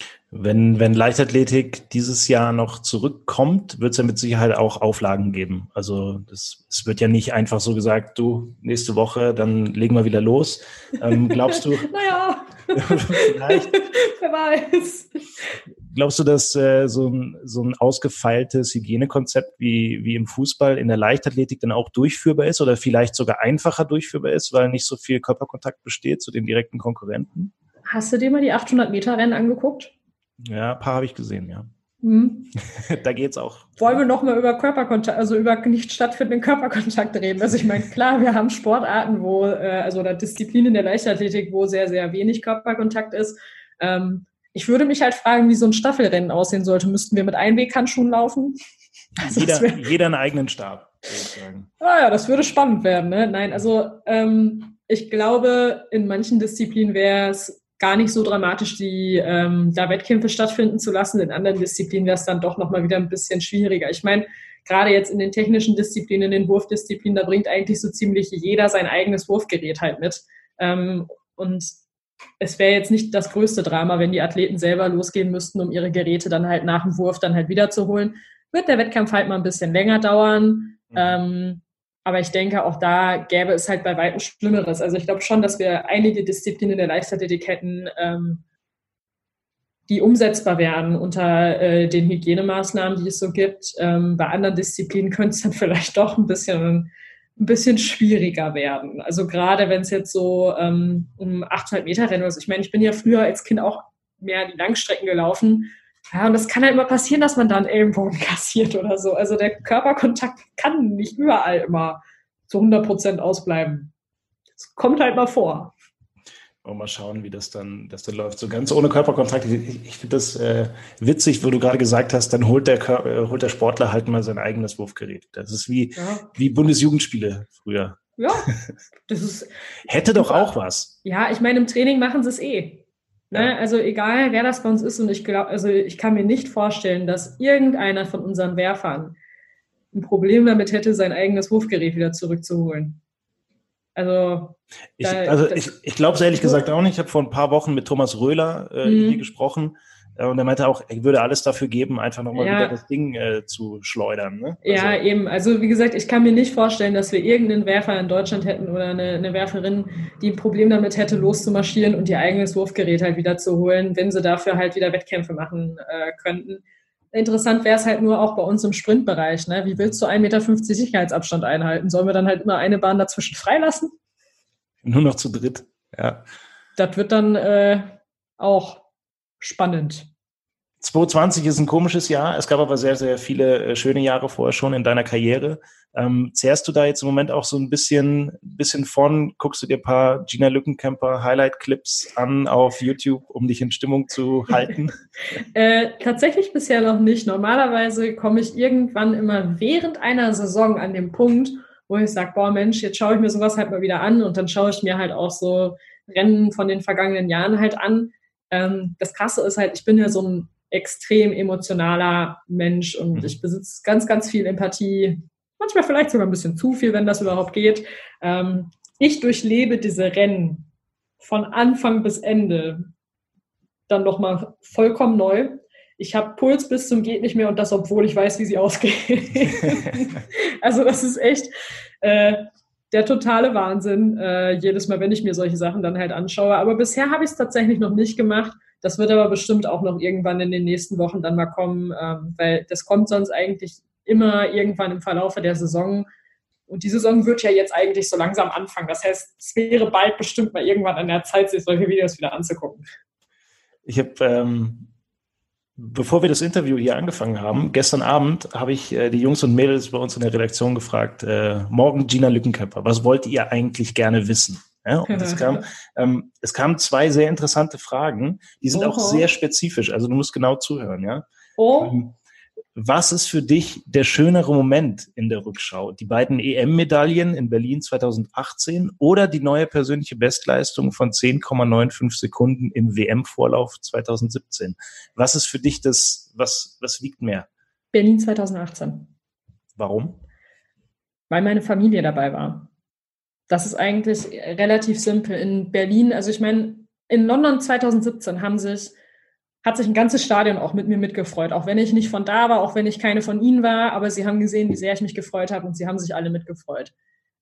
Wenn, wenn Leichtathletik dieses Jahr noch zurückkommt, wird es ja mit Sicherheit auch Auflagen geben. Also das, es wird ja nicht einfach so gesagt, du, nächste Woche, dann legen wir wieder los. Ähm, glaubst du? Naja, vielleicht. Wer weiß. Glaubst du, dass äh, so, ein, so ein ausgefeiltes Hygienekonzept wie, wie im Fußball in der Leichtathletik dann auch durchführbar ist oder vielleicht sogar einfacher durchführbar ist, weil nicht so viel Körperkontakt besteht zu den direkten Konkurrenten? Hast du dir mal die achthundert-Meter-Rennen angeguckt? Ja, ein paar habe ich gesehen, ja. Hm. Da geht's auch. Wollen wir noch mal über Körperkontakt, also über nicht stattfindenden Körperkontakt reden? Also ich meine, klar, wir haben Sportarten, wo, äh, also oder Disziplinen der Leichtathletik, wo sehr, sehr wenig Körperkontakt ist. Ähm, ich würde mich halt fragen, wie so ein Staffelrennen aussehen sollte. Müssten wir mit Einweghandschuhen laufen? Also jeder, wär, jeder einen eigenen Stab, würde ich sagen. Ah ja, das würde spannend werden. Ne? Nein, also ähm, ich glaube, in manchen Disziplinen wäre es gar nicht so dramatisch, die ähm, da Wettkämpfe stattfinden zu lassen. In anderen Disziplinen wäre es dann doch nochmal wieder ein bisschen schwieriger. Ich meine, gerade jetzt in den technischen Disziplinen, in den Wurfdisziplinen, da bringt eigentlich so ziemlich jeder sein eigenes Wurfgerät halt mit. Ähm, und es wäre jetzt nicht das größte Drama, wenn die Athleten selber losgehen müssten, um ihre Geräte dann halt nach dem Wurf dann halt wiederzuholen. Wird der Wettkampf halt mal ein bisschen länger dauern. Mhm. Ähm, aber ich denke, auch da gäbe es halt bei weitem Schlimmeres. Also ich glaube schon, dass wir einige Disziplinen der Leichtathletik hätten, ähm, die umsetzbar wären unter äh, den Hygienemaßnahmen, die es so gibt. Ähm, bei anderen Disziplinen könnte es dann vielleicht doch ein bisschen, ein bisschen schwieriger werden. Also gerade wenn es jetzt so ähm, um achthundert Meter Rennen ist. Ich meine, ich bin ja früher als Kind auch mehr die Langstrecken gelaufen. Ja, und das kann halt immer passieren, dass man da einen Ellenbogen kassiert oder so. Also der Körperkontakt kann nicht überall immer zu hundert Prozent ausbleiben. Das kommt halt mal vor. Und mal schauen, wie das dann, das dann läuft. So ganz ohne Körperkontakt. Ich, ich finde das äh, witzig, wo du gerade gesagt hast, dann holt der, Kör- äh, holt der Sportler halt mal sein eigenes Wurfgerät. Das ist wie, ja. wie Bundesjugendspiele früher. Ja, das ist... Hätte doch auch was. Ja, ich meine, im Training machen sie es eh. Ne? Ja. Also egal, wer das bei uns ist, und ich glaube, also ich kann mir nicht vorstellen, dass irgendeiner von unseren Werfern ein Problem damit hätte, sein eigenes Wurfgerät wieder zurückzuholen. Also ich, da, also ich, ich glaube es ehrlich gesagt auch nicht. Ich habe vor ein paar Wochen mit Thomas Röhler äh, mhm. hier gesprochen äh, und er meinte auch, er würde alles dafür geben, einfach nochmal ja. wieder das Ding äh, zu schleudern. Ne? Also, ja, eben. Also wie gesagt, ich kann mir nicht vorstellen, dass wir irgendeinen Werfer in Deutschland hätten oder eine, eine Werferin, die ein Problem damit hätte, loszumarschieren und ihr eigenes Wurfgerät halt wieder zu holen, wenn sie dafür halt wieder Wettkämpfe machen äh, könnten. Interessant wäre es halt nur auch bei uns im Sprintbereich. Ne? Wie willst du ein Meter fünfzig Sicherheitsabstand einhalten? Sollen wir dann halt immer eine Bahn dazwischen freilassen? Nur noch zu dritt, ja. Das wird dann äh, auch spannend. zwanzig zwanzig ist ein komisches Jahr. Es gab aber sehr, sehr viele äh, schöne Jahre vorher schon in deiner Karriere. Ähm, zehrst du da jetzt im Moment auch so ein bisschen, bisschen von? Guckst du dir ein paar Gina Lückenkämper Highlight-Clips an auf YouTube, um dich in Stimmung zu halten? äh, tatsächlich bisher noch nicht. Normalerweise komme ich irgendwann immer während einer Saison an den Punkt, wo ich sage, boah Mensch, jetzt schaue ich mir sowas halt mal wieder an und dann schaue ich mir halt auch so Rennen von den vergangenen Jahren halt an. Ähm, das Krasse ist halt, ich bin ja so ein extrem emotionaler Mensch und mhm. ich besitze ganz, ganz viel Empathie. Manchmal vielleicht sogar ein bisschen zu viel, wenn das überhaupt geht. Ähm, ich durchlebe diese Rennen von Anfang bis Ende dann nochmal vollkommen neu. Ich habe Puls bis zum geht nicht mehr und das, obwohl ich weiß, wie sie ausgehen. Also das ist echt äh, der totale Wahnsinn, äh, jedes Mal, wenn ich mir solche Sachen dann halt anschaue. Aber bisher habe ich es tatsächlich noch nicht gemacht. Das wird aber bestimmt auch noch irgendwann in den nächsten Wochen dann mal kommen, ähm, weil das kommt sonst eigentlich immer irgendwann im Verlaufe der Saison. Und die Saison wird ja jetzt eigentlich so langsam anfangen. Das heißt, es wäre bald bestimmt mal irgendwann an der Zeit, sich solche Videos wieder anzugucken. Ich habe, ähm, bevor wir das Interview hier angefangen haben, gestern Abend habe ich äh, die Jungs und Mädels bei uns in der Redaktion gefragt, äh, morgen Gina Lückenkämper, was wollt ihr eigentlich gerne wissen? Ja, und es kam, ähm, es kamen zwei sehr interessante Fragen, die sind Oho. auch sehr spezifisch, also du musst genau zuhören, ja. Oh. Ähm, was ist für dich der schönere Moment in der Rückschau? Die beiden E M-Medaillen in Berlin zweitausendachtzehn oder die neue persönliche Bestleistung von zehn Komma fünfundneunzig Sekunden im W M-Vorlauf zweitausendsiebzehn? Was ist für dich das, was, was wiegt mehr? Berlin zweitausendachtzehn. Warum? Weil meine Familie dabei war. Das ist eigentlich relativ simpel. In Berlin, also ich meine, in London zweitausendsiebzehn haben sich, hat sich ein ganzes Stadion auch mit mir mitgefreut. Auch wenn ich nicht von da war, auch wenn ich keine von ihnen war, aber sie haben gesehen, wie sehr ich mich gefreut habe und sie haben sich alle mitgefreut.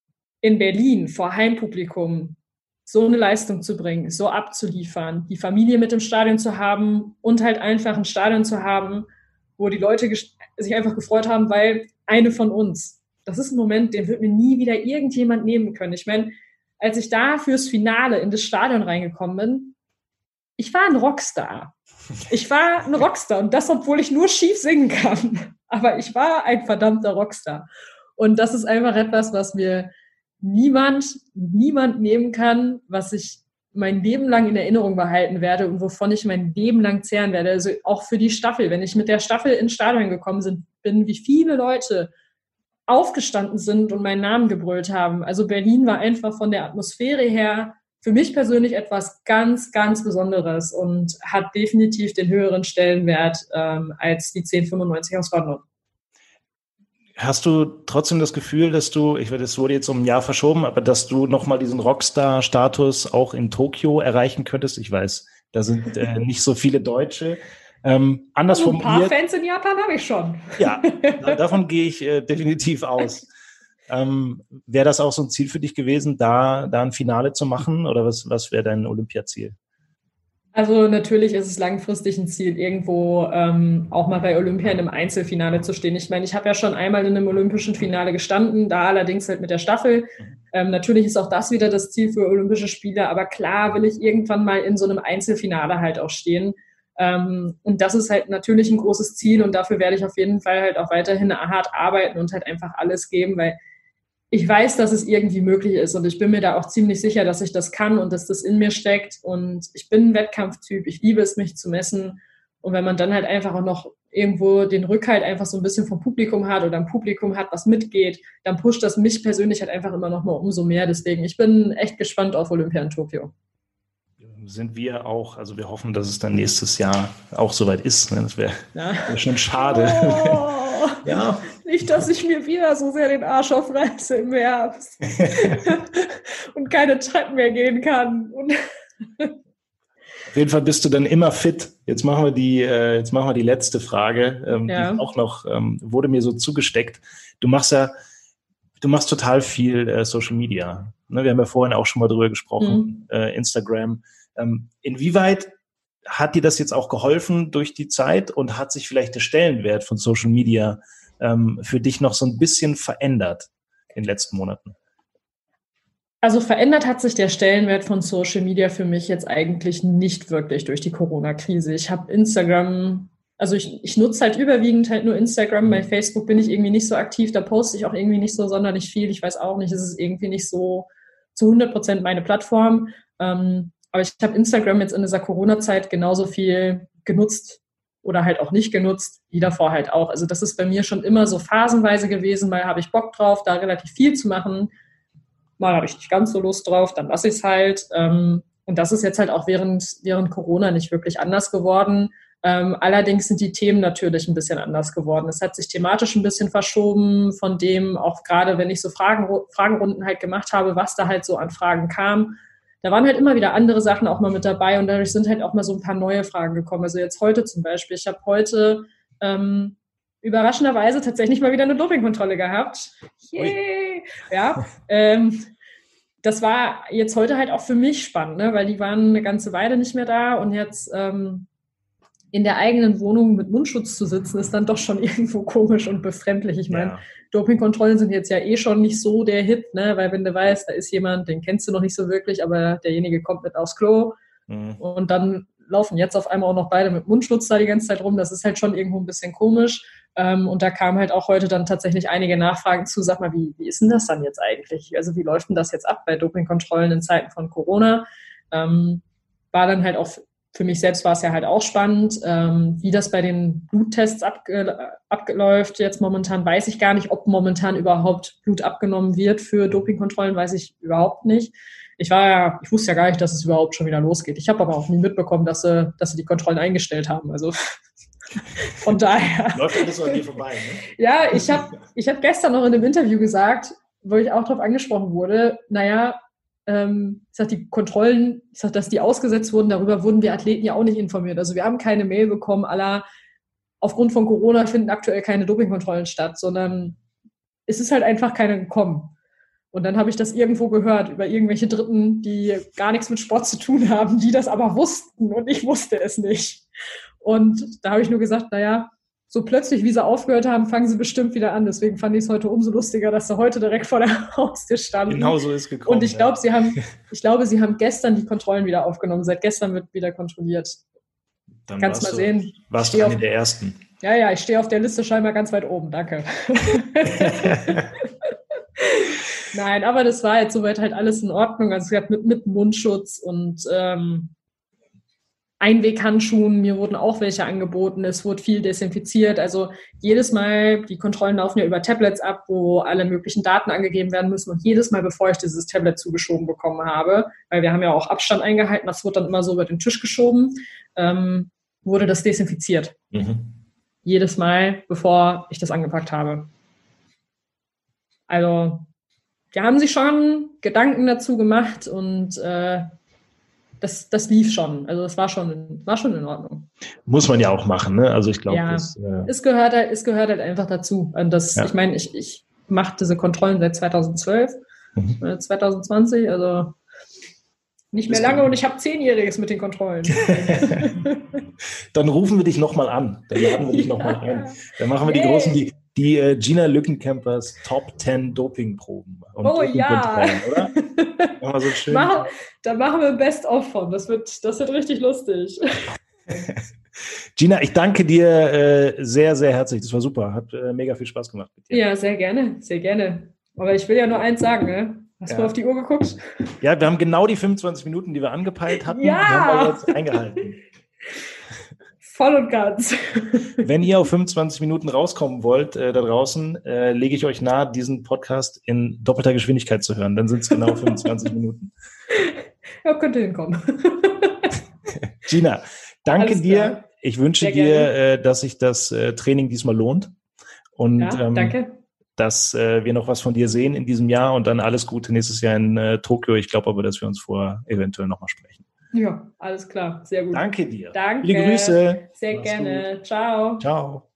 In Berlin vor Heimpublikum so eine Leistung zu bringen, so abzuliefern, die Familie mit im Stadion zu haben und halt einfach ein Stadion zu haben, wo die Leute sich einfach gefreut haben, weil eine von uns. Das ist ein Moment, den wird mir nie wieder irgendjemand nehmen können. Ich meine, als ich da fürs Finale in das Stadion reingekommen bin, ich war ein Rockstar. Ich war ein Rockstar und das, obwohl ich nur schief singen kann. Aber ich war ein verdammter Rockstar. Und das ist einfach etwas, was mir niemand, niemand nehmen kann, was ich mein Leben lang in Erinnerung behalten werde und wovon ich mein Leben lang zehren werde. Also auch für die Staffel. Wenn ich mit der Staffel ins Stadion gekommen bin, bin, wie viele Leute aufgestanden sind und meinen Namen gebrüllt haben. Also Berlin war einfach von der Atmosphäre her für mich persönlich etwas ganz, ganz Besonderes und hat definitiv den höheren Stellenwert ähm, als die zehn fünfundneunzig aus London. Hast du trotzdem das Gefühl, dass du, ich werde, es wurde jetzt um ein Jahr verschoben, aber dass du nochmal diesen Rockstar-Status auch in Tokio erreichen könntest? Ich weiß, da sind äh, nicht so viele Deutsche. Ähm, anders also ein formuliert. paar Fans in Japan habe ich schon. Ja, davon gehe ich äh, definitiv aus. Ähm, wäre das auch so ein Ziel für dich gewesen, da, da ein Finale zu machen? Oder was, was wäre dein Olympiaziel? Also natürlich ist es langfristig ein Ziel, irgendwo ähm, auch mal bei Olympia in einem Einzelfinale zu stehen. Ich meine, ich habe ja schon einmal in einem olympischen Finale gestanden, da allerdings halt mit der Staffel. Ähm, natürlich ist auch das wieder das Ziel für Olympische Spiele, aber klar will ich irgendwann mal in so einem Einzelfinale halt auch stehen. Ähm, und das ist halt natürlich ein großes Ziel und dafür werde ich auf jeden Fall halt auch weiterhin hart arbeiten und halt einfach alles geben, weil ich weiß, dass es irgendwie möglich ist und ich bin mir da auch ziemlich sicher, dass ich das kann und dass das in mir steckt und ich bin ein Wettkampftyp, ich liebe es, mich zu messen und wenn man dann halt einfach auch noch irgendwo den Rückhalt einfach so ein bisschen vom Publikum hat oder ein Publikum hat, was mitgeht, dann pusht das mich persönlich halt einfach immer noch mal umso mehr, deswegen ich bin echt gespannt auf Olympia in Tokio. Sind wir auch, also wir hoffen, dass es dann nächstes Jahr auch soweit ist, ne? Das wäre ja. wär schon schade. Oh. Ja. Nicht, dass ich mir wieder so sehr den Arsch aufreiße im Herbst und keine Treppen mehr gehen kann. Und auf jeden Fall bist du dann immer fit. Jetzt machen wir die, äh, jetzt machen wir die letzte Frage, ähm, ja. die auch noch ähm, wurde mir so zugesteckt. Du machst ja, du machst total viel äh, Social Media. Ne, wir haben ja vorhin auch schon mal drüber gesprochen, mhm. äh, Instagram. Ähm, inwieweit hat dir das jetzt auch geholfen durch die Zeit und hat sich vielleicht der Stellenwert von Social Media ähm, für dich noch so ein bisschen verändert in den letzten Monaten? Also verändert hat sich der Stellenwert von Social Media für mich jetzt eigentlich nicht wirklich durch die Corona-Krise. Ich habe Instagram, also ich, ich nutze halt überwiegend halt nur Instagram. Bei Facebook bin ich irgendwie nicht so aktiv, da poste ich auch irgendwie nicht so sonderlich viel. Ich weiß auch nicht, es ist irgendwie nicht so zu hundert Prozent meine Plattform. Ähm, aber ich habe Instagram jetzt in dieser Corona-Zeit genauso viel genutzt oder halt auch nicht genutzt, wie davor halt auch. Also das ist bei mir schon immer so phasenweise gewesen. Mal habe ich Bock drauf, da relativ viel zu machen. Mal habe ich nicht ganz so Lust drauf, dann lasse ich es halt. Und das ist jetzt halt auch während, während Corona nicht wirklich anders geworden. Allerdings sind die Themen natürlich ein bisschen anders geworden. Es hat sich thematisch ein bisschen verschoben, von dem auch gerade, wenn ich so Fragen, Fragenrunden halt gemacht habe, was da halt so an Fragen kam. Da waren halt immer wieder andere Sachen auch mal mit dabei und dadurch sind halt auch mal so ein paar neue Fragen gekommen. Also jetzt heute zum Beispiel. Ich habe heute ähm, überraschenderweise tatsächlich mal wieder eine Dopingkontrolle gehabt. Yay! Ja, ähm, das war jetzt heute halt auch für mich spannend, ne? Weil die waren eine ganze Weile nicht mehr da und jetzt ähm, in der eigenen Wohnung mit Mundschutz zu sitzen, ist dann doch schon irgendwo komisch und befremdlich. Ich meine, ja. Dopingkontrollen sind jetzt ja eh schon nicht so der Hit, ne? Weil wenn du weißt, da ist jemand, den kennst du noch nicht so wirklich, aber derjenige kommt mit aufs Klo mhm. und dann laufen jetzt auf einmal auch noch beide mit Mundschutz da die ganze Zeit rum. Das ist halt schon irgendwo ein bisschen komisch. Ähm, und da kamen halt auch heute dann tatsächlich einige Nachfragen zu, sag mal, wie, wie ist denn das dann jetzt eigentlich? Also wie läuft denn das jetzt ab bei Dopingkontrollen in Zeiten von Corona? Ähm, war dann halt auch, für mich selbst war es ja halt auch spannend, ähm, wie das bei den Bluttests abge- abläuft. Jetzt momentan weiß ich gar nicht, ob momentan überhaupt Blut abgenommen wird für Dopingkontrollen, weiß ich überhaupt nicht. Ich war ja, ich wusste ja gar nicht, dass es überhaupt schon wieder losgeht. Ich habe aber auch nie mitbekommen, dass sie, dass sie die Kontrollen eingestellt haben. Also von daher. Läuft alles so an dir vorbei, ne? Ja, ich habe ich hab gestern noch in einem Interview gesagt, wo ich auch darauf angesprochen wurde, naja, ähm, ich sag, die Kontrollen, ich sag, dass die ausgesetzt wurden, darüber wurden wir Athleten ja auch nicht informiert. Also wir haben keine Mail bekommen, à la, aufgrund von Corona finden aktuell keine Dopingkontrollen statt, sondern es ist halt einfach keine gekommen. Und dann habe ich das irgendwo gehört über irgendwelche Dritten, die gar nichts mit Sport zu tun haben, die das aber wussten und ich wusste es nicht. Und da habe ich nur gesagt, naja, so plötzlich, wie sie aufgehört haben, fangen sie bestimmt wieder an. Deswegen fand ich es heute umso lustiger, dass sie heute direkt vor der Haustür standen. Genau so ist gekommen. Und ich glaube, ja. sie haben, ich glaube, sie haben gestern die Kontrollen wieder aufgenommen. Seit gestern wird wieder kontrolliert. Dann Kannst mal du, sehen. Warst du eine der ersten? Ja, ja, ich stehe auf der Liste scheinbar ganz weit oben. Danke. Nein, aber das war jetzt soweit halt alles in Ordnung. Also ich habe mit, mit Mundschutz und ähm, Einweghandschuhen, mir wurden auch welche angeboten, es wurde viel desinfiziert, also jedes Mal, die Kontrollen laufen ja über Tablets ab, wo alle möglichen Daten angegeben werden müssen und jedes Mal, bevor ich dieses Tablet zugeschoben bekommen habe, weil wir haben ja auch Abstand eingehalten, das wurde dann immer so über den Tisch geschoben, ähm, wurde das desinfiziert. Mhm. Jedes Mal, bevor ich das angepackt habe. Also, die haben sich schon Gedanken dazu gemacht und äh, Das, das lief schon. Also das war schon, war schon in Ordnung. Muss man ja auch machen, ne? Also ich glaube, ja, das äh es gehört halt, es gehört halt einfach dazu. Und das, ja. Ich meine, ich, ich mache diese Kontrollen seit zweitausendzwölf, mhm. zwanzig zwanzig, also nicht mehr lange und ich habe Zehnjähriges mit den Kontrollen. Dann rufen wir dich nochmal an. Dann laden wir dich ja. nochmal ein. Dann machen wir hey. die großen, die, die äh, Gina Lückenkämpers Top zehn Dopingproben. Und oh ja. Oder? Machen wir so schön. Machen, da machen wir Best-of von. Das wird, das wird richtig lustig. Gina, ich danke dir äh, sehr, sehr herzlich. Das war super. Hat äh, mega viel Spaß gemacht mit dir. Ja, sehr gerne. Sehr gerne. Aber ich will ja nur eins sagen, ne? Hast ja. du auf die Uhr geguckt? Ja, wir haben genau die fünfundzwanzig Minuten, die wir angepeilt hatten, ja. haben wir jetzt eingehalten. Voll und ganz. Wenn ihr auf fünfundzwanzig Minuten rauskommen wollt, äh, da draußen, äh, lege ich euch nahe, diesen Podcast in doppelter Geschwindigkeit zu hören. Dann sind es genau fünfundzwanzig Minuten. Ja, könnte hinkommen. Gina, danke dir. Ich wünsche Sehr dir, äh, dass sich das äh, Training diesmal lohnt. Und, ja, ähm, danke. Dass äh, wir noch was von dir sehen in diesem Jahr und dann alles Gute nächstes Jahr in äh, Tokio. Ich glaube aber, dass wir uns vorher eventuell nochmal sprechen. Ja, alles klar. Sehr gut. Danke dir. Danke. Viele Grüße. Sehr Mach's gerne. Gut. Ciao. Ciao.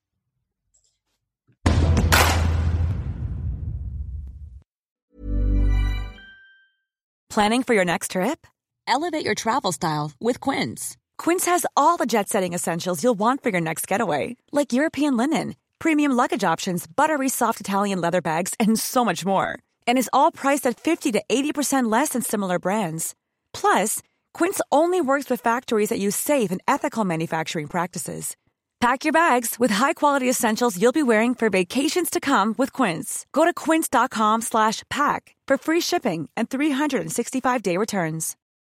Planning for your next trip? Elevate your travel style with Quince. Quince has all the jet-setting essentials you'll want for your next getaway, like European linen, premium luggage options, buttery soft Italian leather bags, and so much more. And is all priced at fifty to eighty percent less than similar brands. Plus, Quince only works with factories that use safe and ethical manufacturing practices. Pack your bags with high-quality essentials you'll be wearing for vacations to come with Quince. Go to quince.com slash pack for free shipping and three sixty-five day returns.